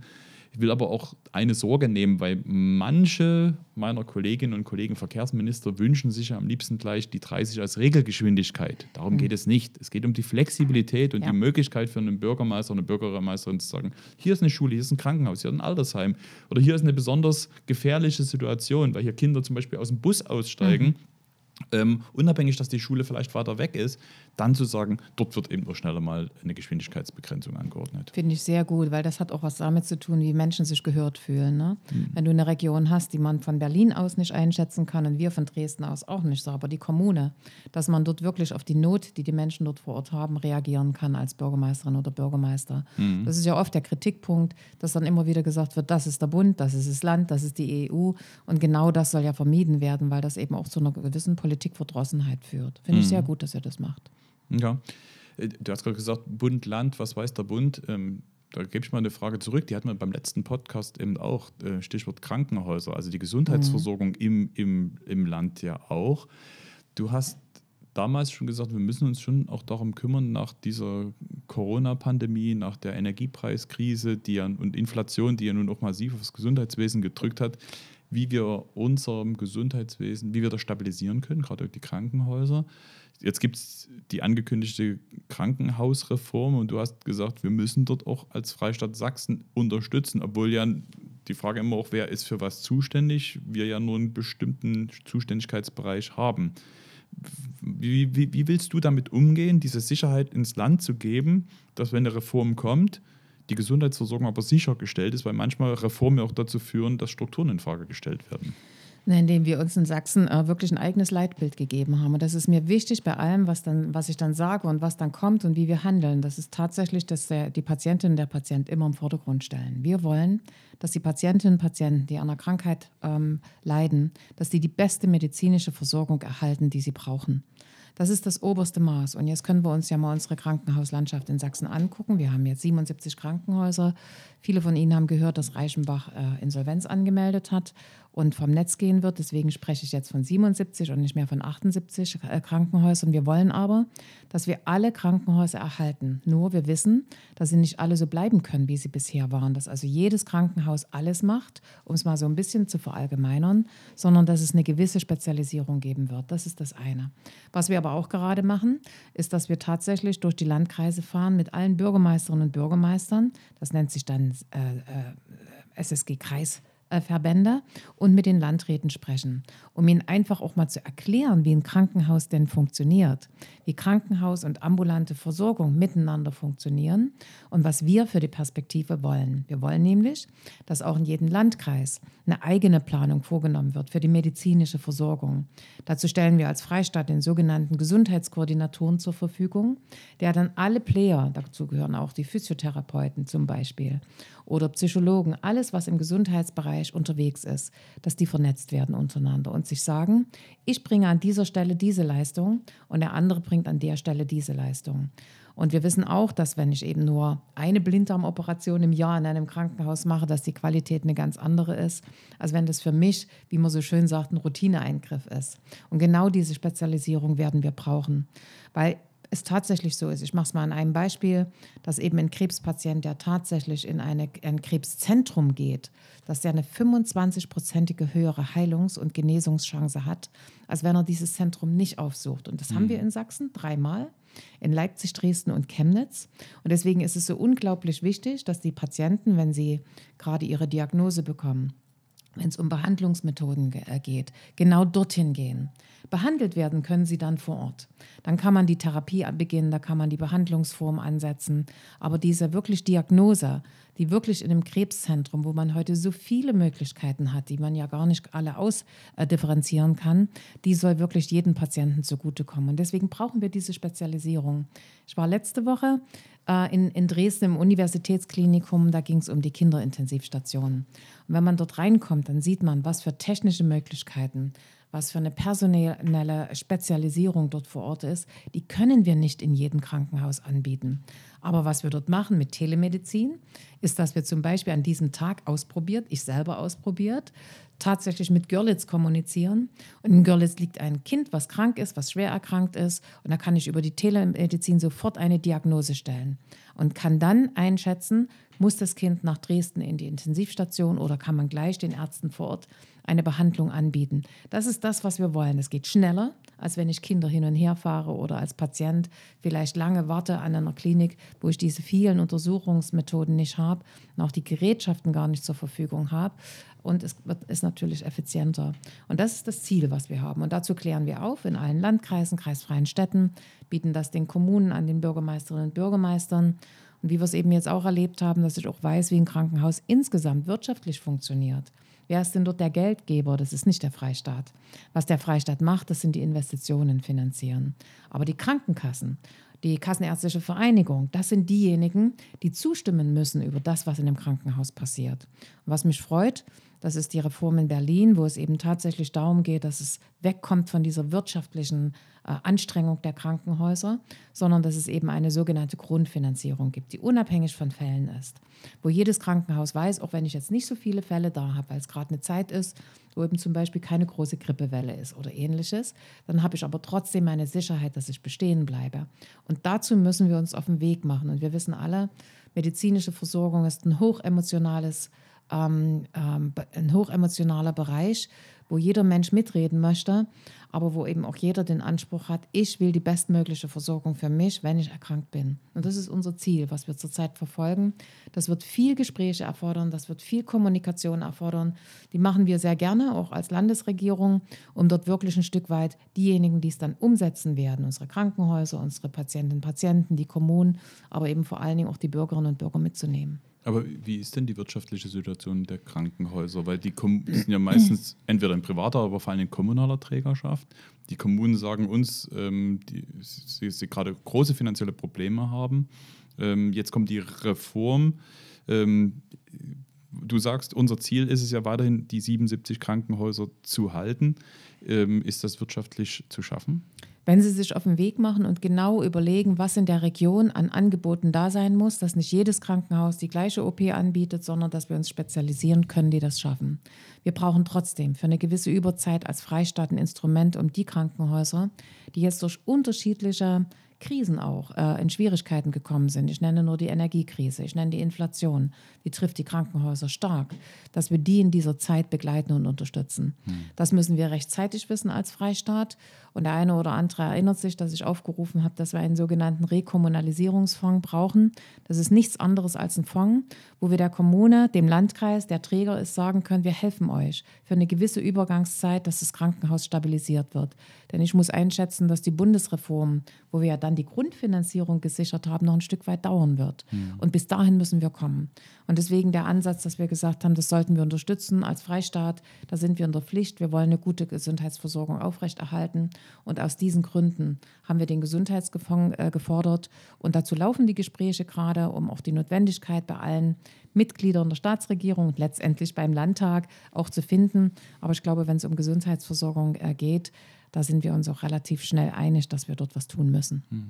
Ich will aber auch eine Sorge nehmen, weil manche meiner Kolleginnen und Kollegen Verkehrsminister wünschen sich ja am liebsten gleich die dreißig als Regelgeschwindigkeit. Darum mhm. geht es nicht. Es geht um die Flexibilität und ja. die Möglichkeit für einen Bürgermeister oder eine Bürgermeisterin zu sagen, hier ist eine Schule, hier ist ein Krankenhaus, hier ist ein Altersheim oder hier ist eine besonders gefährliche Situation, weil hier Kinder zum Beispiel aus dem Bus aussteigen. Mhm. Ähm, unabhängig, dass die Schule vielleicht weiter weg ist, dann zu sagen, dort wird eben nur schneller mal eine Geschwindigkeitsbegrenzung angeordnet. Finde ich sehr gut, weil das hat auch was damit zu tun, wie Menschen sich gehört fühlen. Ne? Mhm. Wenn du eine Region hast, die man von Berlin aus nicht einschätzen kann und wir von Dresden aus auch nicht so, aber die Kommune, dass man dort wirklich auf die Not, die die Menschen dort vor Ort haben, reagieren kann als Bürgermeisterin oder Bürgermeister. Mhm. Das ist ja oft der Kritikpunkt, dass dann immer wieder gesagt wird, das ist der Bund, das ist das Land, das ist die E U und genau das soll ja vermieden werden, weil das eben auch zu einer gewissen Politikverdrossenheit führt. Finde mhm. ich sehr gut, dass ihr das macht. Ja, du hast gerade gesagt, Bund, Land, was weiß der Bund? Ähm, da gebe ich mal eine Frage zurück, die hatten wir beim letzten Podcast eben auch, äh, Stichwort Krankenhäuser, also die Gesundheitsversorgung mhm. im, im, im Land ja auch. Du hast damals schon gesagt, wir müssen uns schon auch darum kümmern, nach dieser Corona-Pandemie, nach der Energiepreiskrise die ja, und Inflation, die ja nun auch massiv aufs Gesundheitswesen gedrückt hat, wie wir unserem Gesundheitswesen, wie wir das stabilisieren können, gerade durch die Krankenhäuser. Jetzt gibt es die angekündigte Krankenhausreform und du hast gesagt, wir müssen dort auch als Freistaat Sachsen unterstützen, obwohl ja die Frage immer auch, wer ist für was zuständig, wir ja nur einen bestimmten Zuständigkeitsbereich haben. Wie, wie, wie willst du damit umgehen, diese Sicherheit ins Land zu geben, dass wenn eine Reform kommt, die Gesundheitsversorgung aber sichergestellt ist, weil manchmal Reformen auch dazu führen, dass Strukturen in Frage gestellt werden? Indem wir uns in Sachsen äh, wirklich ein eigenes Leitbild gegeben haben. Und das ist mir wichtig bei allem, was, dann, was ich dann sage und was dann kommt und wie wir handeln. Das ist tatsächlich, dass der, die Patientin und der Patient immer im Vordergrund stellen. Wir wollen, dass die Patientinnen und Patienten, die an einer Krankheit ähm, leiden, dass die die beste medizinische Versorgung erhalten, die sie brauchen. Das ist das oberste Maß. Und jetzt können wir uns ja mal unsere Krankenhauslandschaft in Sachsen angucken. Wir haben jetzt siebenundsiebzig Krankenhäuser. Viele von Ihnen haben gehört, dass Reichenbach äh, Insolvenz angemeldet hat und vom Netz gehen wird. Deswegen spreche ich jetzt von siebenundsiebzig und nicht mehr von achtundsiebzig äh, Krankenhäusern. Wir wollen aber, dass wir alle Krankenhäuser erhalten. Nur wir wissen, dass sie nicht alle so bleiben können, wie sie bisher waren. Dass also jedes Krankenhaus alles macht, um es mal so ein bisschen zu verallgemeinern, sondern dass es eine gewisse Spezialisierung geben wird. Das ist das eine. Was wir aber auch gerade machen, ist, dass wir tatsächlich durch die Landkreise fahren mit allen Bürgermeisterinnen und Bürgermeistern. Das nennt sich dann äh, äh, S S G-Kreisverbände und mit den Landräten sprechen, um ihnen einfach auch mal zu erklären, wie ein Krankenhaus denn funktioniert, wie Krankenhaus und ambulante Versorgung miteinander funktionieren und was wir für die Perspektive wollen. Wir wollen nämlich, dass auch in jedem Landkreis eine eigene Planung vorgenommen wird für die medizinische Versorgung. Dazu stellen wir als Freistaat den sogenannten Gesundheitskoordinatoren zur Verfügung, der dann alle Player, dazu gehören auch die Physiotherapeuten zum Beispiel oder Psychologen, alles, was im Gesundheitsbereich unterwegs ist, dass die vernetzt werden untereinander und sich sagen, ich bringe an dieser Stelle diese Leistung und der andere bringt an der Stelle diese Leistung. Und wir wissen auch, dass wenn ich eben nur eine Blinddarmoperation im Jahr in einem Krankenhaus mache, dass die Qualität eine ganz andere ist, als wenn das für mich, wie man so schön sagt, ein Routineeingriff ist. Und genau diese Spezialisierung werden wir brauchen, weil es tatsächlich so ist. Ich mache es mal an einem Beispiel, dass eben ein Krebspatient, der tatsächlich in eine, ein Krebszentrum geht, dass der eine fünfundzwanzig-prozentige höhere Heilungs- und Genesungschance hat, als wenn er dieses Zentrum nicht aufsucht. Und das mhm. haben wir in Sachsen dreimal, in Leipzig, Dresden und Chemnitz. Und deswegen ist es so unglaublich wichtig, dass die Patienten, wenn sie gerade ihre Diagnose bekommen, wenn es um Behandlungsmethoden geht, genau dorthin gehen. Behandelt werden können sie dann vor Ort. Dann kann man die Therapie beginnen, da kann man die Behandlungsform ansetzen. Aber diese wirklich Diagnose, die wirklich in einem Krebszentrum, wo man heute so viele Möglichkeiten hat, die man ja gar nicht alle ausdifferenzieren kann, die soll wirklich jedem Patienten zugutekommen. Und deswegen brauchen wir diese Spezialisierung. Ich war letzte Woche äh, in, in Dresden im Universitätsklinikum, da ging es um die Kinderintensivstationen. Und wenn man dort reinkommt, dann sieht man, was für technische Möglichkeiten, was für eine personelle Spezialisierung dort vor Ort ist, die können wir nicht in jedem Krankenhaus anbieten. Aber was wir dort machen mit Telemedizin, ist, dass wir zum Beispiel an diesem Tag ausprobiert, ich selber ausprobiert, tatsächlich mit Görlitz kommunizieren. Und in Görlitz liegt ein Kind, was krank ist, was schwer erkrankt ist. Und da kann ich über die Telemedizin sofort eine Diagnose stellen und kann dann einschätzen, muss das Kind nach Dresden in die Intensivstation oder kann man gleich den Ärzten vor Ort eine Behandlung anbieten. Das ist das, was wir wollen. Es geht schneller, als wenn ich Kinder hin und her fahre oder als Patient vielleicht lange warte an einer Klinik, wo ich diese vielen Untersuchungsmethoden nicht habe und auch die Gerätschaften gar nicht zur Verfügung habe. Und es wird, ist natürlich effizienter. Und das ist das Ziel, was wir haben. Und dazu klären wir auf in allen Landkreisen, kreisfreien Städten, bieten das den Kommunen an, den Bürgermeisterinnen und Bürgermeistern. Und wie wir es eben jetzt auch erlebt haben, dass ich auch weiß, wie ein Krankenhaus insgesamt wirtschaftlich funktioniert. Wer ist denn dort der Geldgeber? Das ist nicht der Freistaat. Was der Freistaat macht, das sind die Investitionen finanzieren. Aber die Krankenkassen, die Kassenärztliche Vereinigung, das sind diejenigen, die zustimmen müssen über das, was in dem Krankenhaus passiert. Und was mich freut, das ist die Reform in Berlin, wo es eben tatsächlich darum geht, dass es wegkommt von dieser wirtschaftlichen äh, Anstrengung der Krankenhäuser, sondern dass es eben eine sogenannte Grundfinanzierung gibt, die unabhängig von Fällen ist. Wo jedes Krankenhaus weiß, auch wenn ich jetzt nicht so viele Fälle da habe, weil es gerade eine Zeit ist, wo eben zum Beispiel keine große Grippewelle ist oder ähnliches, dann habe ich aber trotzdem meine Sicherheit, dass ich bestehen bleibe. Und dazu müssen wir uns auf den Weg machen. Und wir wissen alle, medizinische Versorgung ist ein hochemotionales Ähm, ähm, ein hochemotionaler Bereich, wo jeder Mensch mitreden möchte, aber wo eben auch jeder den Anspruch hat, ich will die bestmögliche Versorgung für mich, wenn ich erkrankt bin. Und das ist unser Ziel, was wir zurzeit verfolgen. Das wird viel Gespräche erfordern, das wird viel Kommunikation erfordern. Die machen wir sehr gerne, auch als Landesregierung, um dort wirklich ein Stück weit diejenigen, die es dann umsetzen werden, unsere Krankenhäuser, unsere Patientinnen und Patienten, die Kommunen, aber eben vor allen Dingen auch die Bürgerinnen und Bürger mitzunehmen. Aber wie ist denn die wirtschaftliche Situation der Krankenhäuser? Weil die Kom- sind ja meistens entweder in privater, aber vor allem in kommunaler Trägerschaft. Die Kommunen sagen uns, ähm, die, sie, sie gerade große finanzielle Probleme haben. Ähm, jetzt kommt die Reform. Ähm, du sagst, unser Ziel ist es ja weiterhin, die siebenundsiebzig Krankenhäuser zu halten. Ähm, ist das wirtschaftlich zu schaffen? Wenn Sie sich auf den Weg machen und genau überlegen, was in der Region an Angeboten da sein muss, dass nicht jedes Krankenhaus die gleiche O P anbietet, sondern dass wir uns spezialisieren können, die das schaffen. Wir brauchen trotzdem für eine gewisse Überzeit als Freistaat ein Instrument, um die Krankenhäuser, die jetzt durch unterschiedliche Krisen auch äh, in Schwierigkeiten gekommen sind. Ich nenne nur die Energiekrise, ich nenne die Inflation, die trifft die Krankenhäuser stark, dass wir die in dieser Zeit begleiten und unterstützen. Hm. Das müssen wir rechtzeitig wissen als Freistaat. Und der eine oder andere erinnert sich, dass ich aufgerufen habe, dass wir einen sogenannten Rekommunalisierungsfonds brauchen. Das ist nichts anderes als ein Fonds, wo wir der Kommune, dem Landkreis, der Träger ist, sagen können, wir helfen euch für eine gewisse Übergangszeit, dass das Krankenhaus stabilisiert wird. Denn ich muss einschätzen, dass die Bundesreform, wo wir ja dann die Grundfinanzierung gesichert haben, noch ein Stück weit dauern wird. Mhm. Und bis dahin müssen wir kommen. Und deswegen der Ansatz, dass wir gesagt haben, das sollten wir unterstützen als Freistaat, da sind wir in der Pflicht, wir wollen eine gute Gesundheitsversorgung aufrechterhalten. Und aus diesen Gründen haben wir den Gesundheitsfonds äh, gefordert. Und dazu laufen die Gespräche gerade, um auch die Notwendigkeit bei allen Mitgliedern der Staatsregierung und letztendlich beim Landtag auch zu finden. Aber ich glaube, wenn es um Gesundheitsversorgung äh, geht, da sind wir uns auch relativ schnell einig, dass wir dort was tun müssen. Hm.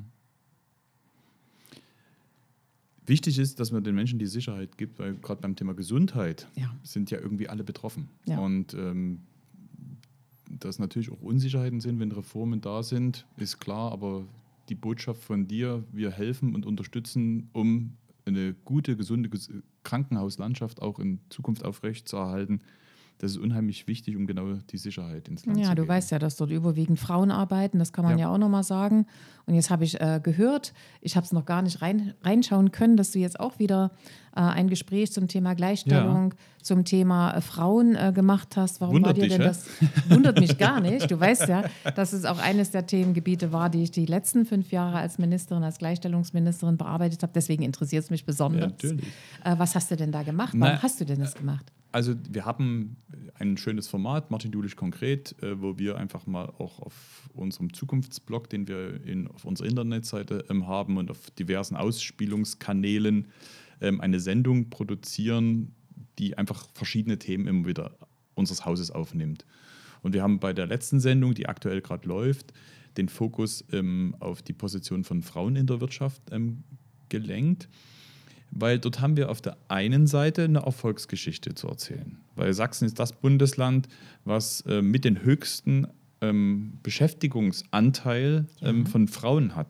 Wichtig ist, dass man den Menschen die Sicherheit gibt, weil gerade beim Thema Gesundheit ja. sind ja irgendwie alle betroffen. Ja. Und ähm, dass natürlich auch Unsicherheiten sind, wenn Reformen da sind, ist klar, aber die Botschaft von dir, wir helfen und unterstützen, um eine gute, gesunde Krankenhauslandschaft auch in Zukunft aufrechtzuerhalten, das ist unheimlich wichtig, um genau die Sicherheit ins Land ja, zu geben. Ja, du weißt ja, dass dort überwiegend Frauen arbeiten, das kann man ja, ja auch nochmal sagen. Und jetzt habe ich äh, gehört, ich habe es noch gar nicht rein, reinschauen können, dass du jetzt auch wieder äh, ein Gespräch zum Thema Gleichstellung, ja. zum Thema äh, Frauen äh, gemacht hast. Warum Wundert war dir dich, denn hä? das? Wundert mich gar nicht. Du weißt ja, dass es auch eines der Themengebiete war, die ich die letzten fünf Jahre als Ministerin, als Gleichstellungsministerin bearbeitet habe. Deswegen interessiert es mich besonders. Ja, natürlich. Äh, was hast du denn da gemacht? Warum Na, hast du denn das gemacht? Also wir haben ein schönes Format, Martin Dulich konkret, äh, wo wir einfach mal auch auf unserem Zukunftsblog, den wir in, auf unserer Internetseite ähm, haben und auf diversen Ausspielungskanälen ähm, eine Sendung produzieren, die einfach verschiedene Themen immer wieder unseres Hauses aufnimmt. Und wir haben bei der letzten Sendung, die aktuell gerade läuft, den Fokus ähm, auf die Position von Frauen in der Wirtschaft ähm, gelenkt. Weil dort haben wir auf der einen Seite eine Erfolgsgeschichte zu erzählen. Weil Sachsen ist das Bundesland, was äh, mit den höchsten ähm, Beschäftigungsanteil ähm, ja. von Frauen hat.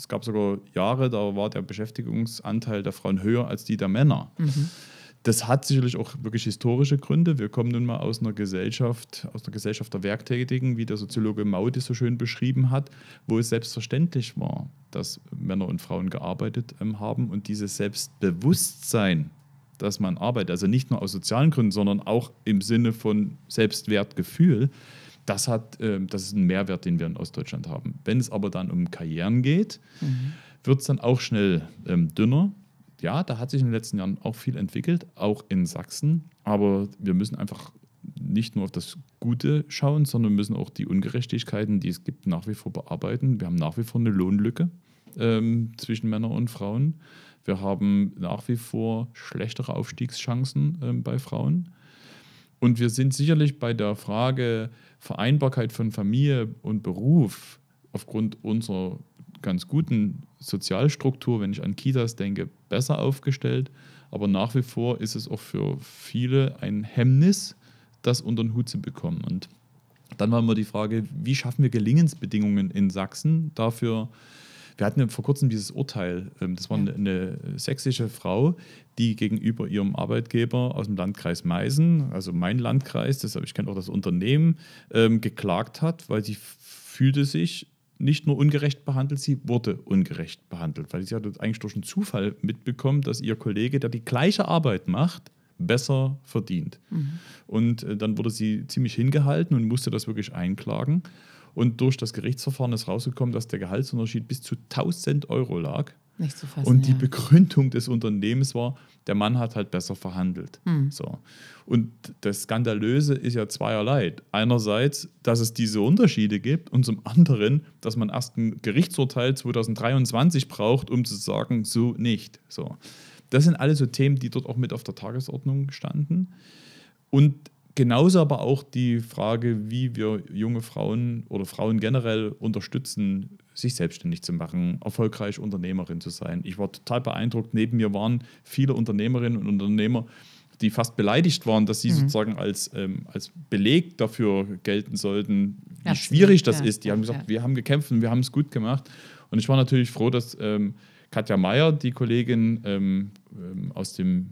es gab sogar Jahre, da war der Beschäftigungsanteil der Frauen höher als die der Männer. Mhm. Das hat sicherlich auch wirklich historische Gründe. Wir kommen nun mal aus einer Gesellschaft, aus einer Gesellschaft der Werktätigen, wie der Soziologe Maude so schön beschrieben hat, wo es selbstverständlich war, dass Männer und Frauen gearbeitet ähm, haben und dieses Selbstbewusstsein, dass man arbeitet, also nicht nur aus sozialen Gründen, sondern auch im Sinne von Selbstwertgefühl, das, hat, äh, das ist ein Mehrwert, den wir in Ostdeutschland haben. Wenn es aber dann um Karrieren geht, mhm. wird es dann auch schnell ähm, dünner. Ja, da hat sich in den letzten Jahren auch viel entwickelt, auch in Sachsen. Aber wir müssen einfach nicht nur auf das Gute schauen, sondern müssen auch die Ungerechtigkeiten, die es gibt, nach wie vor bearbeiten. Wir haben nach wie vor eine Lohnlücke ähm, zwischen Männern und Frauen. Wir haben nach wie vor schlechtere Aufstiegschancen ähm, bei Frauen. Und wir sind sicherlich bei der Frage Vereinbarkeit von Familie und Beruf aufgrund unserer ganz guten Sozialstruktur, wenn ich an Kitas denke, besser aufgestellt. Aber nach wie vor ist es auch für viele ein Hemmnis, das unter den Hut zu bekommen. Und dann war immer die Frage, wie schaffen wir Gelingensbedingungen in Sachsen dafür? Wir hatten ja vor kurzem dieses Urteil, das war eine, eine sächsische Frau, die gegenüber ihrem Arbeitgeber aus dem Landkreis Meißen, also mein Landkreis, das, ich kenne auch das Unternehmen, ähm, geklagt hat, weil sie fühlte sich nicht nur ungerecht behandelt, sie wurde ungerecht behandelt, weil sie hat eigentlich durch einen Zufall mitbekommen, dass ihr Kollege, der die gleiche Arbeit macht, besser verdient. Mhm. Und äh, dann wurde sie ziemlich hingehalten und musste das wirklich einklagen. Und durch das Gerichtsverfahren ist rausgekommen, dass der Gehaltsunterschied bis zu tausend Euro lag. Nicht zu fassen, und die ja. Begründung des Unternehmens war, der Mann hat halt besser verhandelt. Hm. So. Und das Skandalöse ist ja zweierlei. Einerseits, dass es diese Unterschiede gibt und zum anderen, dass man erst ein Gerichtsurteil zwanzig dreiundzwanzig braucht, um zu sagen, so nicht. So. Das sind alles so Themen, die dort auch mit auf der Tagesordnung standen. Und genauso aber auch die Frage, wie wir junge Frauen oder Frauen generell unterstützen, sich selbstständig zu machen, erfolgreich Unternehmerin zu sein. Ich war total beeindruckt. Neben mir waren viele Unternehmerinnen und Unternehmer, die fast beleidigt waren, dass sie mhm. sozusagen als, ähm, als Beleg dafür gelten sollten, wie ja, schwierig das ja, ist. Die ja, haben gesagt, ja. wir haben gekämpft und wir haben es gut gemacht. Und ich war natürlich froh, dass ähm, Katja Mayer, die Kollegin ähm, ähm, aus dem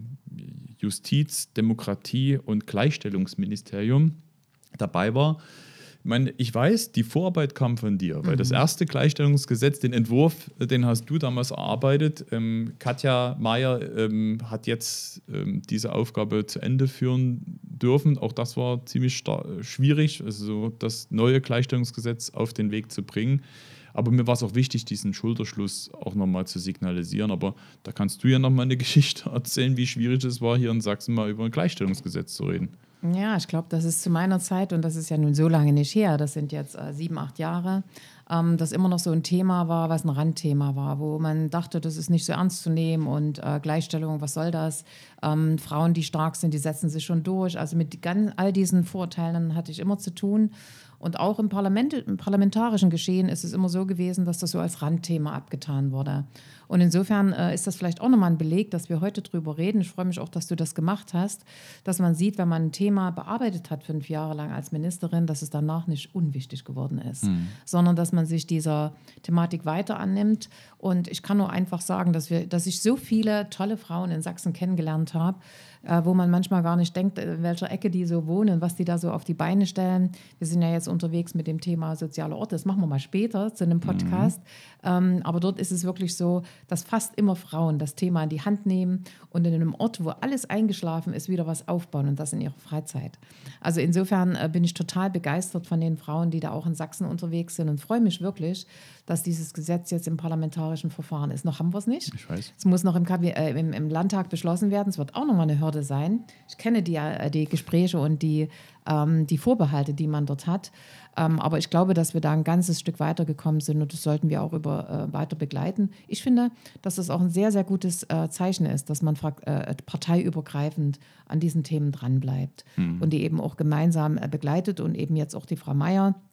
Justiz-, Demokratie- und Gleichstellungsministerium dabei war. Ich meine, ich weiß, die Vorarbeit kam von dir, weil mhm. das erste Gleichstellungsgesetz, den Entwurf, den hast du damals erarbeitet. Ähm, Katja Mayer ähm, hat jetzt ähm, diese Aufgabe zu Ende führen dürfen. Auch das war ziemlich star- schwierig, also das neue Gleichstellungsgesetz auf den Weg zu bringen. Aber mir war es auch wichtig, diesen Schulterschluss auch nochmal zu signalisieren. Aber da kannst du ja nochmal eine Geschichte erzählen, wie schwierig es war, hier in Sachsen mal über ein Gleichstellungsgesetz zu reden. Ja, ich glaube, das ist zu meiner Zeit, und das ist ja nun so lange nicht her, das sind jetzt äh, sieben, acht Jahre, ähm, das immer noch so ein Thema war, was ein Randthema war, wo man dachte, das ist nicht so ernst zu nehmen und äh, Gleichstellung, was soll das? Ähm, Frauen, die stark sind, die setzen sich schon durch. Also mit ganz, all diesen Vorurteilen hatte ich immer zu tun. Und auch im, Parlament, im parlamentarischen Geschehen ist es immer so gewesen, dass das so als Randthema abgetan wurde. Und insofern äh, ist das vielleicht auch nochmal ein Beleg, dass wir heute drüber reden. Ich freue mich auch, dass du das gemacht hast, dass man sieht, wenn man ein Thema bearbeitet hat fünf Jahre lang als Ministerin, dass es danach nicht unwichtig geworden ist, mhm. sondern dass man sich dieser Thematik weiter annimmt. Und ich kann nur einfach sagen, dass, wir, dass ich so viele tolle Frauen in Sachsen kennengelernt habe, äh, wo man manchmal gar nicht denkt, in welcher Ecke die so wohnen, was die da so auf die Beine stellen. Wir sind ja jetzt unterwegs mit dem Thema soziale Orte. Das machen wir mal später zu einem Podcast. Mhm. Ähm, aber dort ist es wirklich so, dass fast immer Frauen das Thema in die Hand nehmen und in einem Ort, wo alles eingeschlafen ist, wieder was aufbauen, und das in ihrer Freizeit. Also insofern äh, bin ich total begeistert von den Frauen, die da auch in Sachsen unterwegs sind, und freue mich wirklich, dass dieses Gesetz jetzt im parlamentarischen Verfahren ist. Noch haben wir es nicht. Ich weiß. Es muss noch im, Kabi- äh, im, im Landtag beschlossen werden. Es wird auch nochmal eine Hürde sein. Ich kenne die, äh, die Gespräche und die, ähm, die Vorbehalte, die man dort hat. Ähm, aber ich glaube, dass wir da ein ganzes Stück weitergekommen sind, und das sollten wir auch über, äh, weiter begleiten. Ich finde, dass das auch ein sehr, sehr gutes äh, Zeichen ist, dass man fra- äh, parteiübergreifend an diesen Themen dranbleibt mhm. und die eben auch gemeinsam äh, begleitet, und eben jetzt auch die Frau Mayer,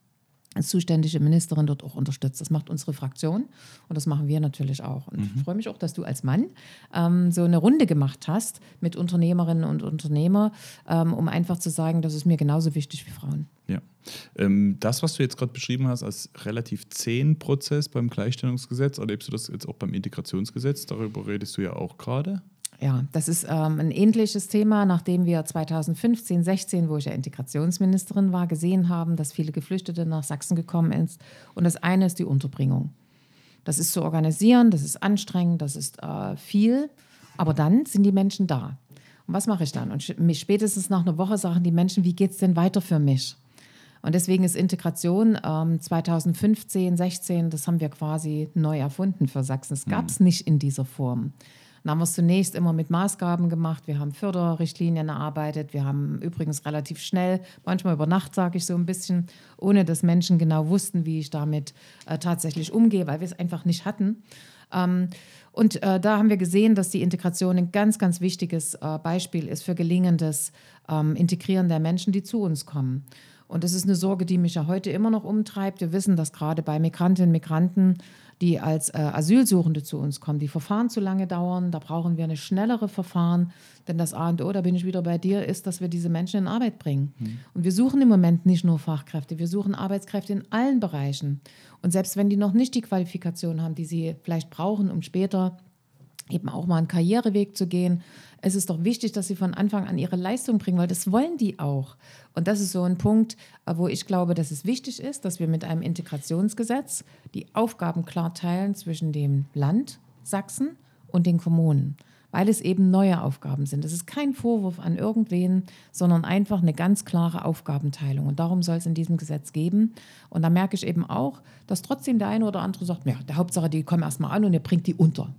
als zuständige Ministerin dort auch unterstützt. Das macht unsere Fraktion und das machen wir natürlich auch. Und mhm. ich freue mich auch, dass du als Mann ähm, so eine Runde gemacht hast mit Unternehmerinnen und Unternehmern, ähm, um einfach zu sagen, das ist mir genauso wichtig wie Frauen. Ja. Ähm, das, was du jetzt gerade beschrieben hast, als relativ zähen Prozess beim Gleichstellungsgesetz, erlebst du das jetzt auch beim Integrationsgesetz? Darüber redest du ja auch gerade. Ja, das ist ähm, ein ähnliches Thema, nachdem wir zweitausendfünfzehn, sechzehn, wo ich ja Integrationsministerin war, gesehen haben, dass viele Geflüchtete nach Sachsen gekommen sind. Und das eine ist die Unterbringung. Das ist zu organisieren, das ist anstrengend, das ist äh, viel, aber dann sind die Menschen da. Und was mache ich dann? Und mich spätestens nach einer Woche sagen die Menschen, wie geht es denn weiter für mich? Und deswegen ist Integration ähm, zweitausendfünfzehn, sechzehn, das haben wir quasi neu erfunden für Sachsen. Es gab es nicht in dieser Form. Dann haben wir es zunächst immer mit Maßgaben gemacht. Wir haben Förderrichtlinien erarbeitet. Wir haben übrigens relativ schnell, manchmal über Nacht, sage ich so ein bisschen, ohne dass Menschen genau wussten, wie ich damit äh, tatsächlich umgehe, weil wir es einfach nicht hatten. Ähm, und äh, da haben wir gesehen, dass die Integration ein ganz, ganz wichtiges äh, Beispiel ist für gelingendes ähm, Integrieren der Menschen, die zu uns kommen. Und das ist eine Sorge, die mich ja heute immer noch umtreibt. Wir wissen, dass gerade bei Migrantinnen und Migranten, die als äh, Asylsuchende zu uns kommen, die Verfahren zu lange dauern. Da brauchen wir eine schnellere Verfahren. Denn das A und O, da bin ich wieder bei dir, ist, dass wir diese Menschen in Arbeit bringen. Mhm. Und wir suchen im Moment nicht nur Fachkräfte, wir suchen Arbeitskräfte in allen Bereichen. Und selbst wenn die noch nicht die Qualifikation haben, die sie vielleicht brauchen, um später eben auch mal einen Karriereweg zu gehen, es ist doch wichtig, dass sie von Anfang an ihre Leistung bringen, weil das wollen die auch. Und das ist so ein Punkt, wo ich glaube, dass es wichtig ist, dass wir mit einem Integrationsgesetz die Aufgaben klar teilen zwischen dem Land Sachsen und den Kommunen, weil es eben neue Aufgaben sind. Das ist kein Vorwurf an irgendwen, sondern einfach eine ganz klare Aufgabenteilung. Und darum soll es in diesem Gesetz geben. Und da merke ich eben auch, dass trotzdem der eine oder andere sagt, ja, der Hauptsache, die kommen erst mal an und ihr bringt die unter.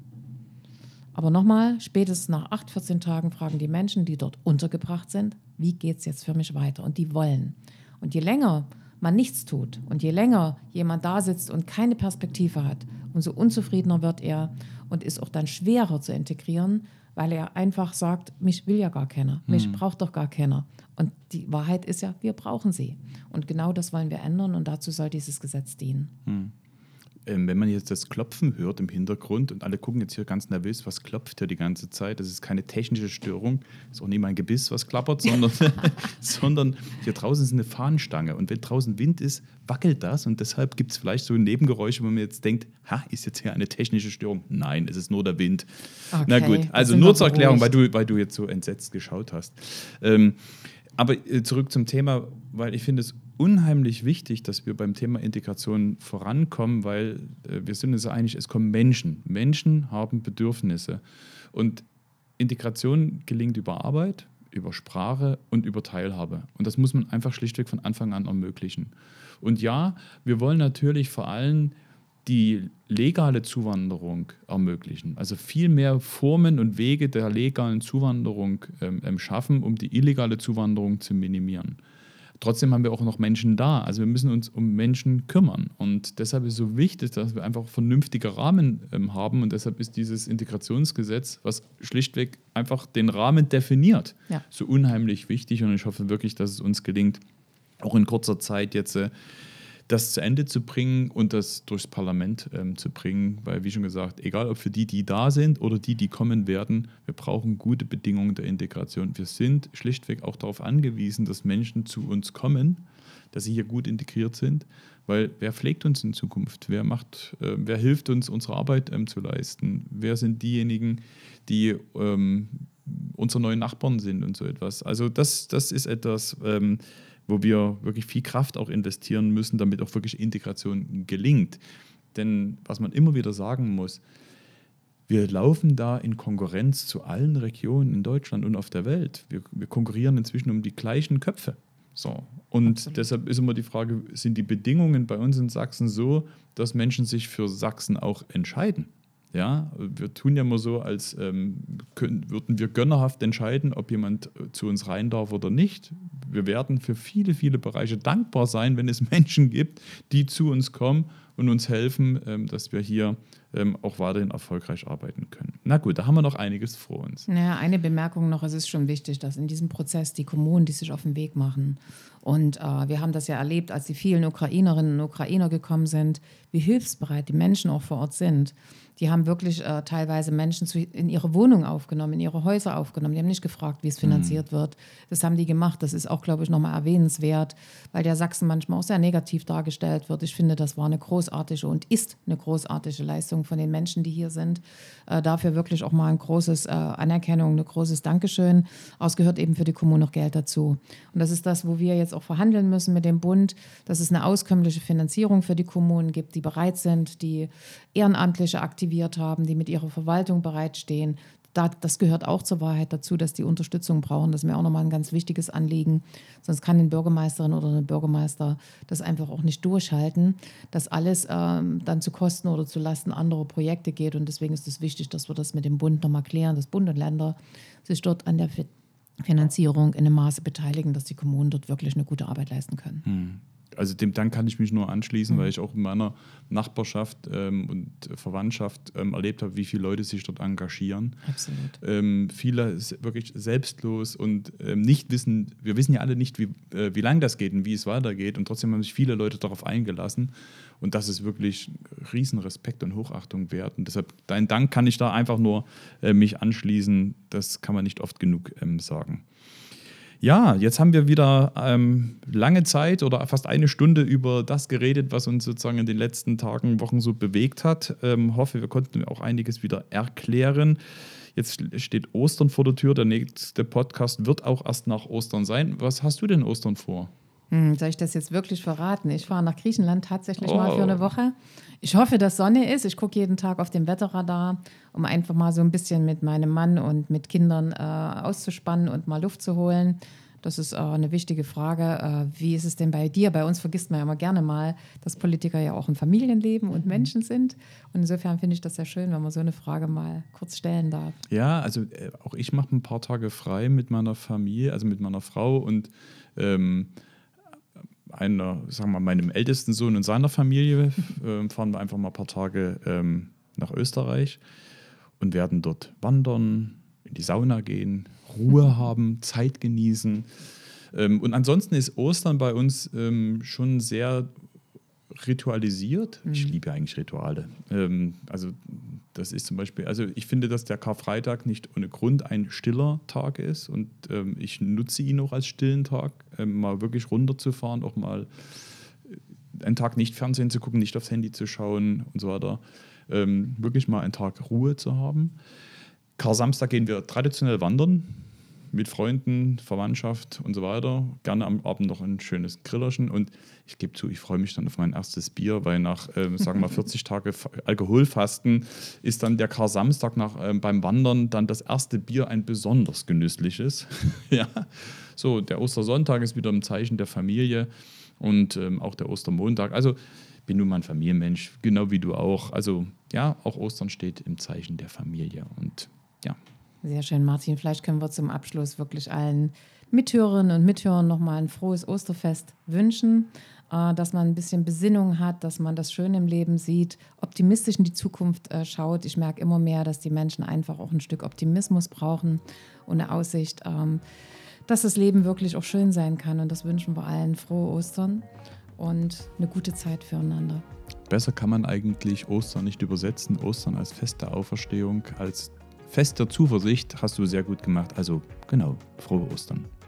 Aber nochmal, spätestens nach acht, vierzehn Tagen fragen die Menschen, die dort untergebracht sind, wie geht es jetzt für mich weiter? Und die wollen. Und je länger man nichts tut und je länger jemand da sitzt und keine Perspektive hat, umso unzufriedener wird er und ist auch dann schwerer zu integrieren, weil er einfach sagt, mich will ja gar keiner, mich hm. braucht doch gar keiner. Und die Wahrheit ist ja, wir brauchen sie. Und genau das wollen wir ändern und dazu soll dieses Gesetz dienen. Hm. Wenn man jetzt das Klopfen hört im Hintergrund und alle gucken jetzt hier ganz nervös, was klopft hier die ganze Zeit? Das ist keine technische Störung, das ist auch nicht mein Gebiss, was klappert, sondern, sondern hier draußen ist eine Fahnenstange und wenn draußen Wind ist, wackelt das und deshalb gibt es vielleicht so Nebengeräusche, wo man jetzt denkt, ha, ist jetzt hier eine technische Störung? Nein, es ist nur der Wind. Okay, na gut, also nur zur Erklärung, weil du, weil du jetzt so entsetzt geschaut hast. Ähm, aber zurück zum Thema, weil ich finde es unheimlich wichtig, dass wir beim Thema Integration vorankommen, weil äh, wir sind uns einig, es kommen Menschen. Menschen haben Bedürfnisse. Und Integration gelingt über Arbeit, über Sprache und über Teilhabe. Und das muss man einfach schlichtweg von Anfang an ermöglichen. Und ja, wir wollen natürlich vor allem die legale Zuwanderung ermöglichen. Also viel mehr Formen und Wege der legalen Zuwanderung ähm, schaffen, um die illegale Zuwanderung zu minimieren. Trotzdem haben wir auch noch Menschen da. Also wir müssen uns um Menschen kümmern. Und deshalb ist es so wichtig, dass wir einfach vernünftige Rahmen ähm, haben. Und deshalb ist dieses Integrationsgesetz, was schlichtweg einfach den Rahmen definiert, ja. so unheimlich wichtig. Und ich hoffe wirklich, dass es uns gelingt, auch in kurzer Zeit jetzt äh, das zu Ende zu bringen und das durchs Parlament ähm, zu bringen. Weil, wie schon gesagt, egal ob für die, die da sind oder die, die kommen werden, wir brauchen gute Bedingungen der Integration. Wir sind schlichtweg auch darauf angewiesen, dass Menschen zu uns kommen, dass sie hier gut integriert sind. Weil wer pflegt uns in Zukunft? Wer macht, äh, wer hilft uns, unsere Arbeit ähm, zu leisten? Wer sind diejenigen, die ähm, unsere neuen Nachbarn sind und so etwas? Also das, das ist etwas, ähm, wo wir wirklich viel Kraft auch investieren müssen, damit auch wirklich Integration gelingt. Denn was man immer wieder sagen muss, wir laufen da in Konkurrenz zu allen Regionen in Deutschland und auf der Welt. Wir, wir konkurrieren inzwischen um die gleichen Köpfe. So. Und Absolut. Deshalb ist immer die Frage, sind die Bedingungen bei uns in Sachsen so, dass Menschen sich für Sachsen auch entscheiden? Ja, wir tun ja immer so, als ähm, können, würden wir gönnerhaft entscheiden, ob jemand zu uns rein darf oder nicht. Wir werden für viele, viele Bereiche dankbar sein, wenn es Menschen gibt, die zu uns kommen, und uns helfen, ähm, dass wir hier ähm, auch weiterhin erfolgreich arbeiten können. Na gut, da haben wir noch einiges vor uns. Naja, eine Bemerkung noch, es ist schon wichtig, dass in diesem Prozess die Kommunen, die sich auf den Weg machen, und äh, wir haben das ja erlebt, als die vielen Ukrainerinnen und Ukrainer gekommen sind, wie hilfsbereit die Menschen auch vor Ort sind. Die haben wirklich äh, teilweise Menschen zu, in ihre Wohnung aufgenommen, in ihre Häuser aufgenommen. Die haben nicht gefragt, wie es finanziert mhm. wird. Das haben die gemacht. Das ist auch, glaube ich, nochmal erwähnenswert, weil der Sachsen manchmal auch sehr negativ dargestellt wird. Ich finde, das war eine großartige und ist eine großartige Leistung von den Menschen, die hier sind. Äh, dafür wirklich auch mal ein großes äh, Anerkennung, ein großes Dankeschön. Aber es gehört eben für die Kommunen noch Geld dazu. Und das ist das, wo wir jetzt auch verhandeln müssen mit dem Bund, dass es eine auskömmliche Finanzierung für die Kommunen gibt, die bereit sind, die Ehrenamtliche aktiviert haben, die mit ihrer Verwaltung bereitstehen. Da, das gehört auch zur Wahrheit dazu, dass die Unterstützung brauchen. Das ist mir auch nochmal ein ganz wichtiges Anliegen. Sonst kann eine Bürgermeisterin oder ein Bürgermeister das einfach auch nicht durchhalten, dass alles ähm, dann zu Kosten oder zu Lasten anderer Projekte geht. Und deswegen ist es wichtig, dass wir das mit dem Bund nochmal klären, dass Bund und Länder sich dort an der Finanzierung in einem Maße beteiligen, dass die Kommunen dort wirklich eine gute Arbeit leisten können. Hm. Also dem Dank kann ich mich nur anschließen, mhm. weil ich auch in meiner Nachbarschaft ähm, und Verwandtschaft ähm, erlebt habe, wie viele Leute sich dort engagieren. Absolut. Ähm, viele wirklich selbstlos und ähm, nicht wissen, wir wissen ja alle nicht, wie, äh, wie lange das geht und wie es weitergeht, und trotzdem haben sich viele Leute darauf eingelassen, und das ist wirklich riesen Respekt und Hochachtung wert, und deshalb dein Dank kann ich da einfach nur äh, mich anschließen, das kann man nicht oft genug ähm, sagen. Ja, jetzt haben wir wieder ähm, lange Zeit oder fast eine Stunde über das geredet, was uns sozusagen in den letzten Tagen, Wochen so bewegt hat. Ähm, hoffe, wir konnten auch einiges wieder erklären. Jetzt steht Ostern vor der Tür. Der nächste Podcast wird auch erst nach Ostern sein. Was hast du denn Ostern vor? Hm, soll ich das jetzt wirklich verraten? Ich fahre nach Griechenland tatsächlich oh. mal für eine Woche. Ich hoffe, dass Sonne ist. Ich gucke jeden Tag auf dem Wetterradar, um einfach mal so ein bisschen mit meinem Mann und mit Kindern äh, auszuspannen und mal Luft zu holen. Das ist äh, eine wichtige Frage. Äh, wie ist es denn bei dir? Bei uns vergisst man ja immer gerne mal, dass Politiker ja auch ein Familienleben und Menschen sind. Und insofern finde ich das sehr schön, wenn man so eine Frage mal kurz stellen darf. Ja, also äh, auch ich mache ein paar Tage frei mit meiner Familie, also mit meiner Frau und ähm, einer, sagen wir mal, meinem ältesten Sohn und seiner Familie äh, fahren wir einfach mal ein paar Tage ähm, nach Österreich und werden dort wandern, in die Sauna gehen, Ruhe haben, Zeit genießen. Ähm, und ansonsten ist Ostern bei uns ähm, schon sehr ritualisiert. Mhm. Ich liebe eigentlich Rituale. Ähm, also das ist zum Beispiel, also ich finde, dass der Karfreitag nicht ohne Grund ein stiller Tag ist, und ähm, ich nutze ihn auch als stillen Tag, ähm, mal wirklich runterzufahren, auch mal einen Tag nicht Fernsehen zu gucken, nicht aufs Handy zu schauen und so weiter. Ähm, wirklich mal einen Tag Ruhe zu haben. Kar-Samstag gehen wir traditionell wandern mit Freunden, Verwandtschaft und so weiter. Gerne am Abend noch ein schönes Grillerchen. Und ich gebe zu, ich freue mich dann auf mein erstes Bier, weil nach, äh, sagen wir mal, vierzig Tage Alkoholfasten ist dann der Kar-Samstag nach, äh, beim Wandern dann das erste Bier ein besonders genüssliches. Ja. So, der Ostersonntag ist wieder im Zeichen der Familie und ähm, auch der Ostermontag. Also bin nun mal ein Familienmensch, genau wie du auch. Also ja, auch Ostern steht im Zeichen der Familie und ja. Sehr schön, Martin. Vielleicht können wir zum Abschluss wirklich allen Mithörerinnen und Mithörern nochmal ein frohes Osterfest wünschen, äh, dass man ein bisschen Besinnung hat, dass man das Schöne im Leben sieht, optimistisch in die Zukunft äh, schaut. Ich merke immer mehr, dass die Menschen einfach auch ein Stück Optimismus brauchen und eine Aussicht, ähm, dass das Leben wirklich auch schön sein kann. Und das wünschen wir allen. Frohe Ostern und eine gute Zeit füreinander. Besser kann man eigentlich Ostern nicht übersetzen. Ostern als Fest der Auferstehung, als Fest der Zuversicht hast du sehr gut gemacht. Also genau, frohe Ostern.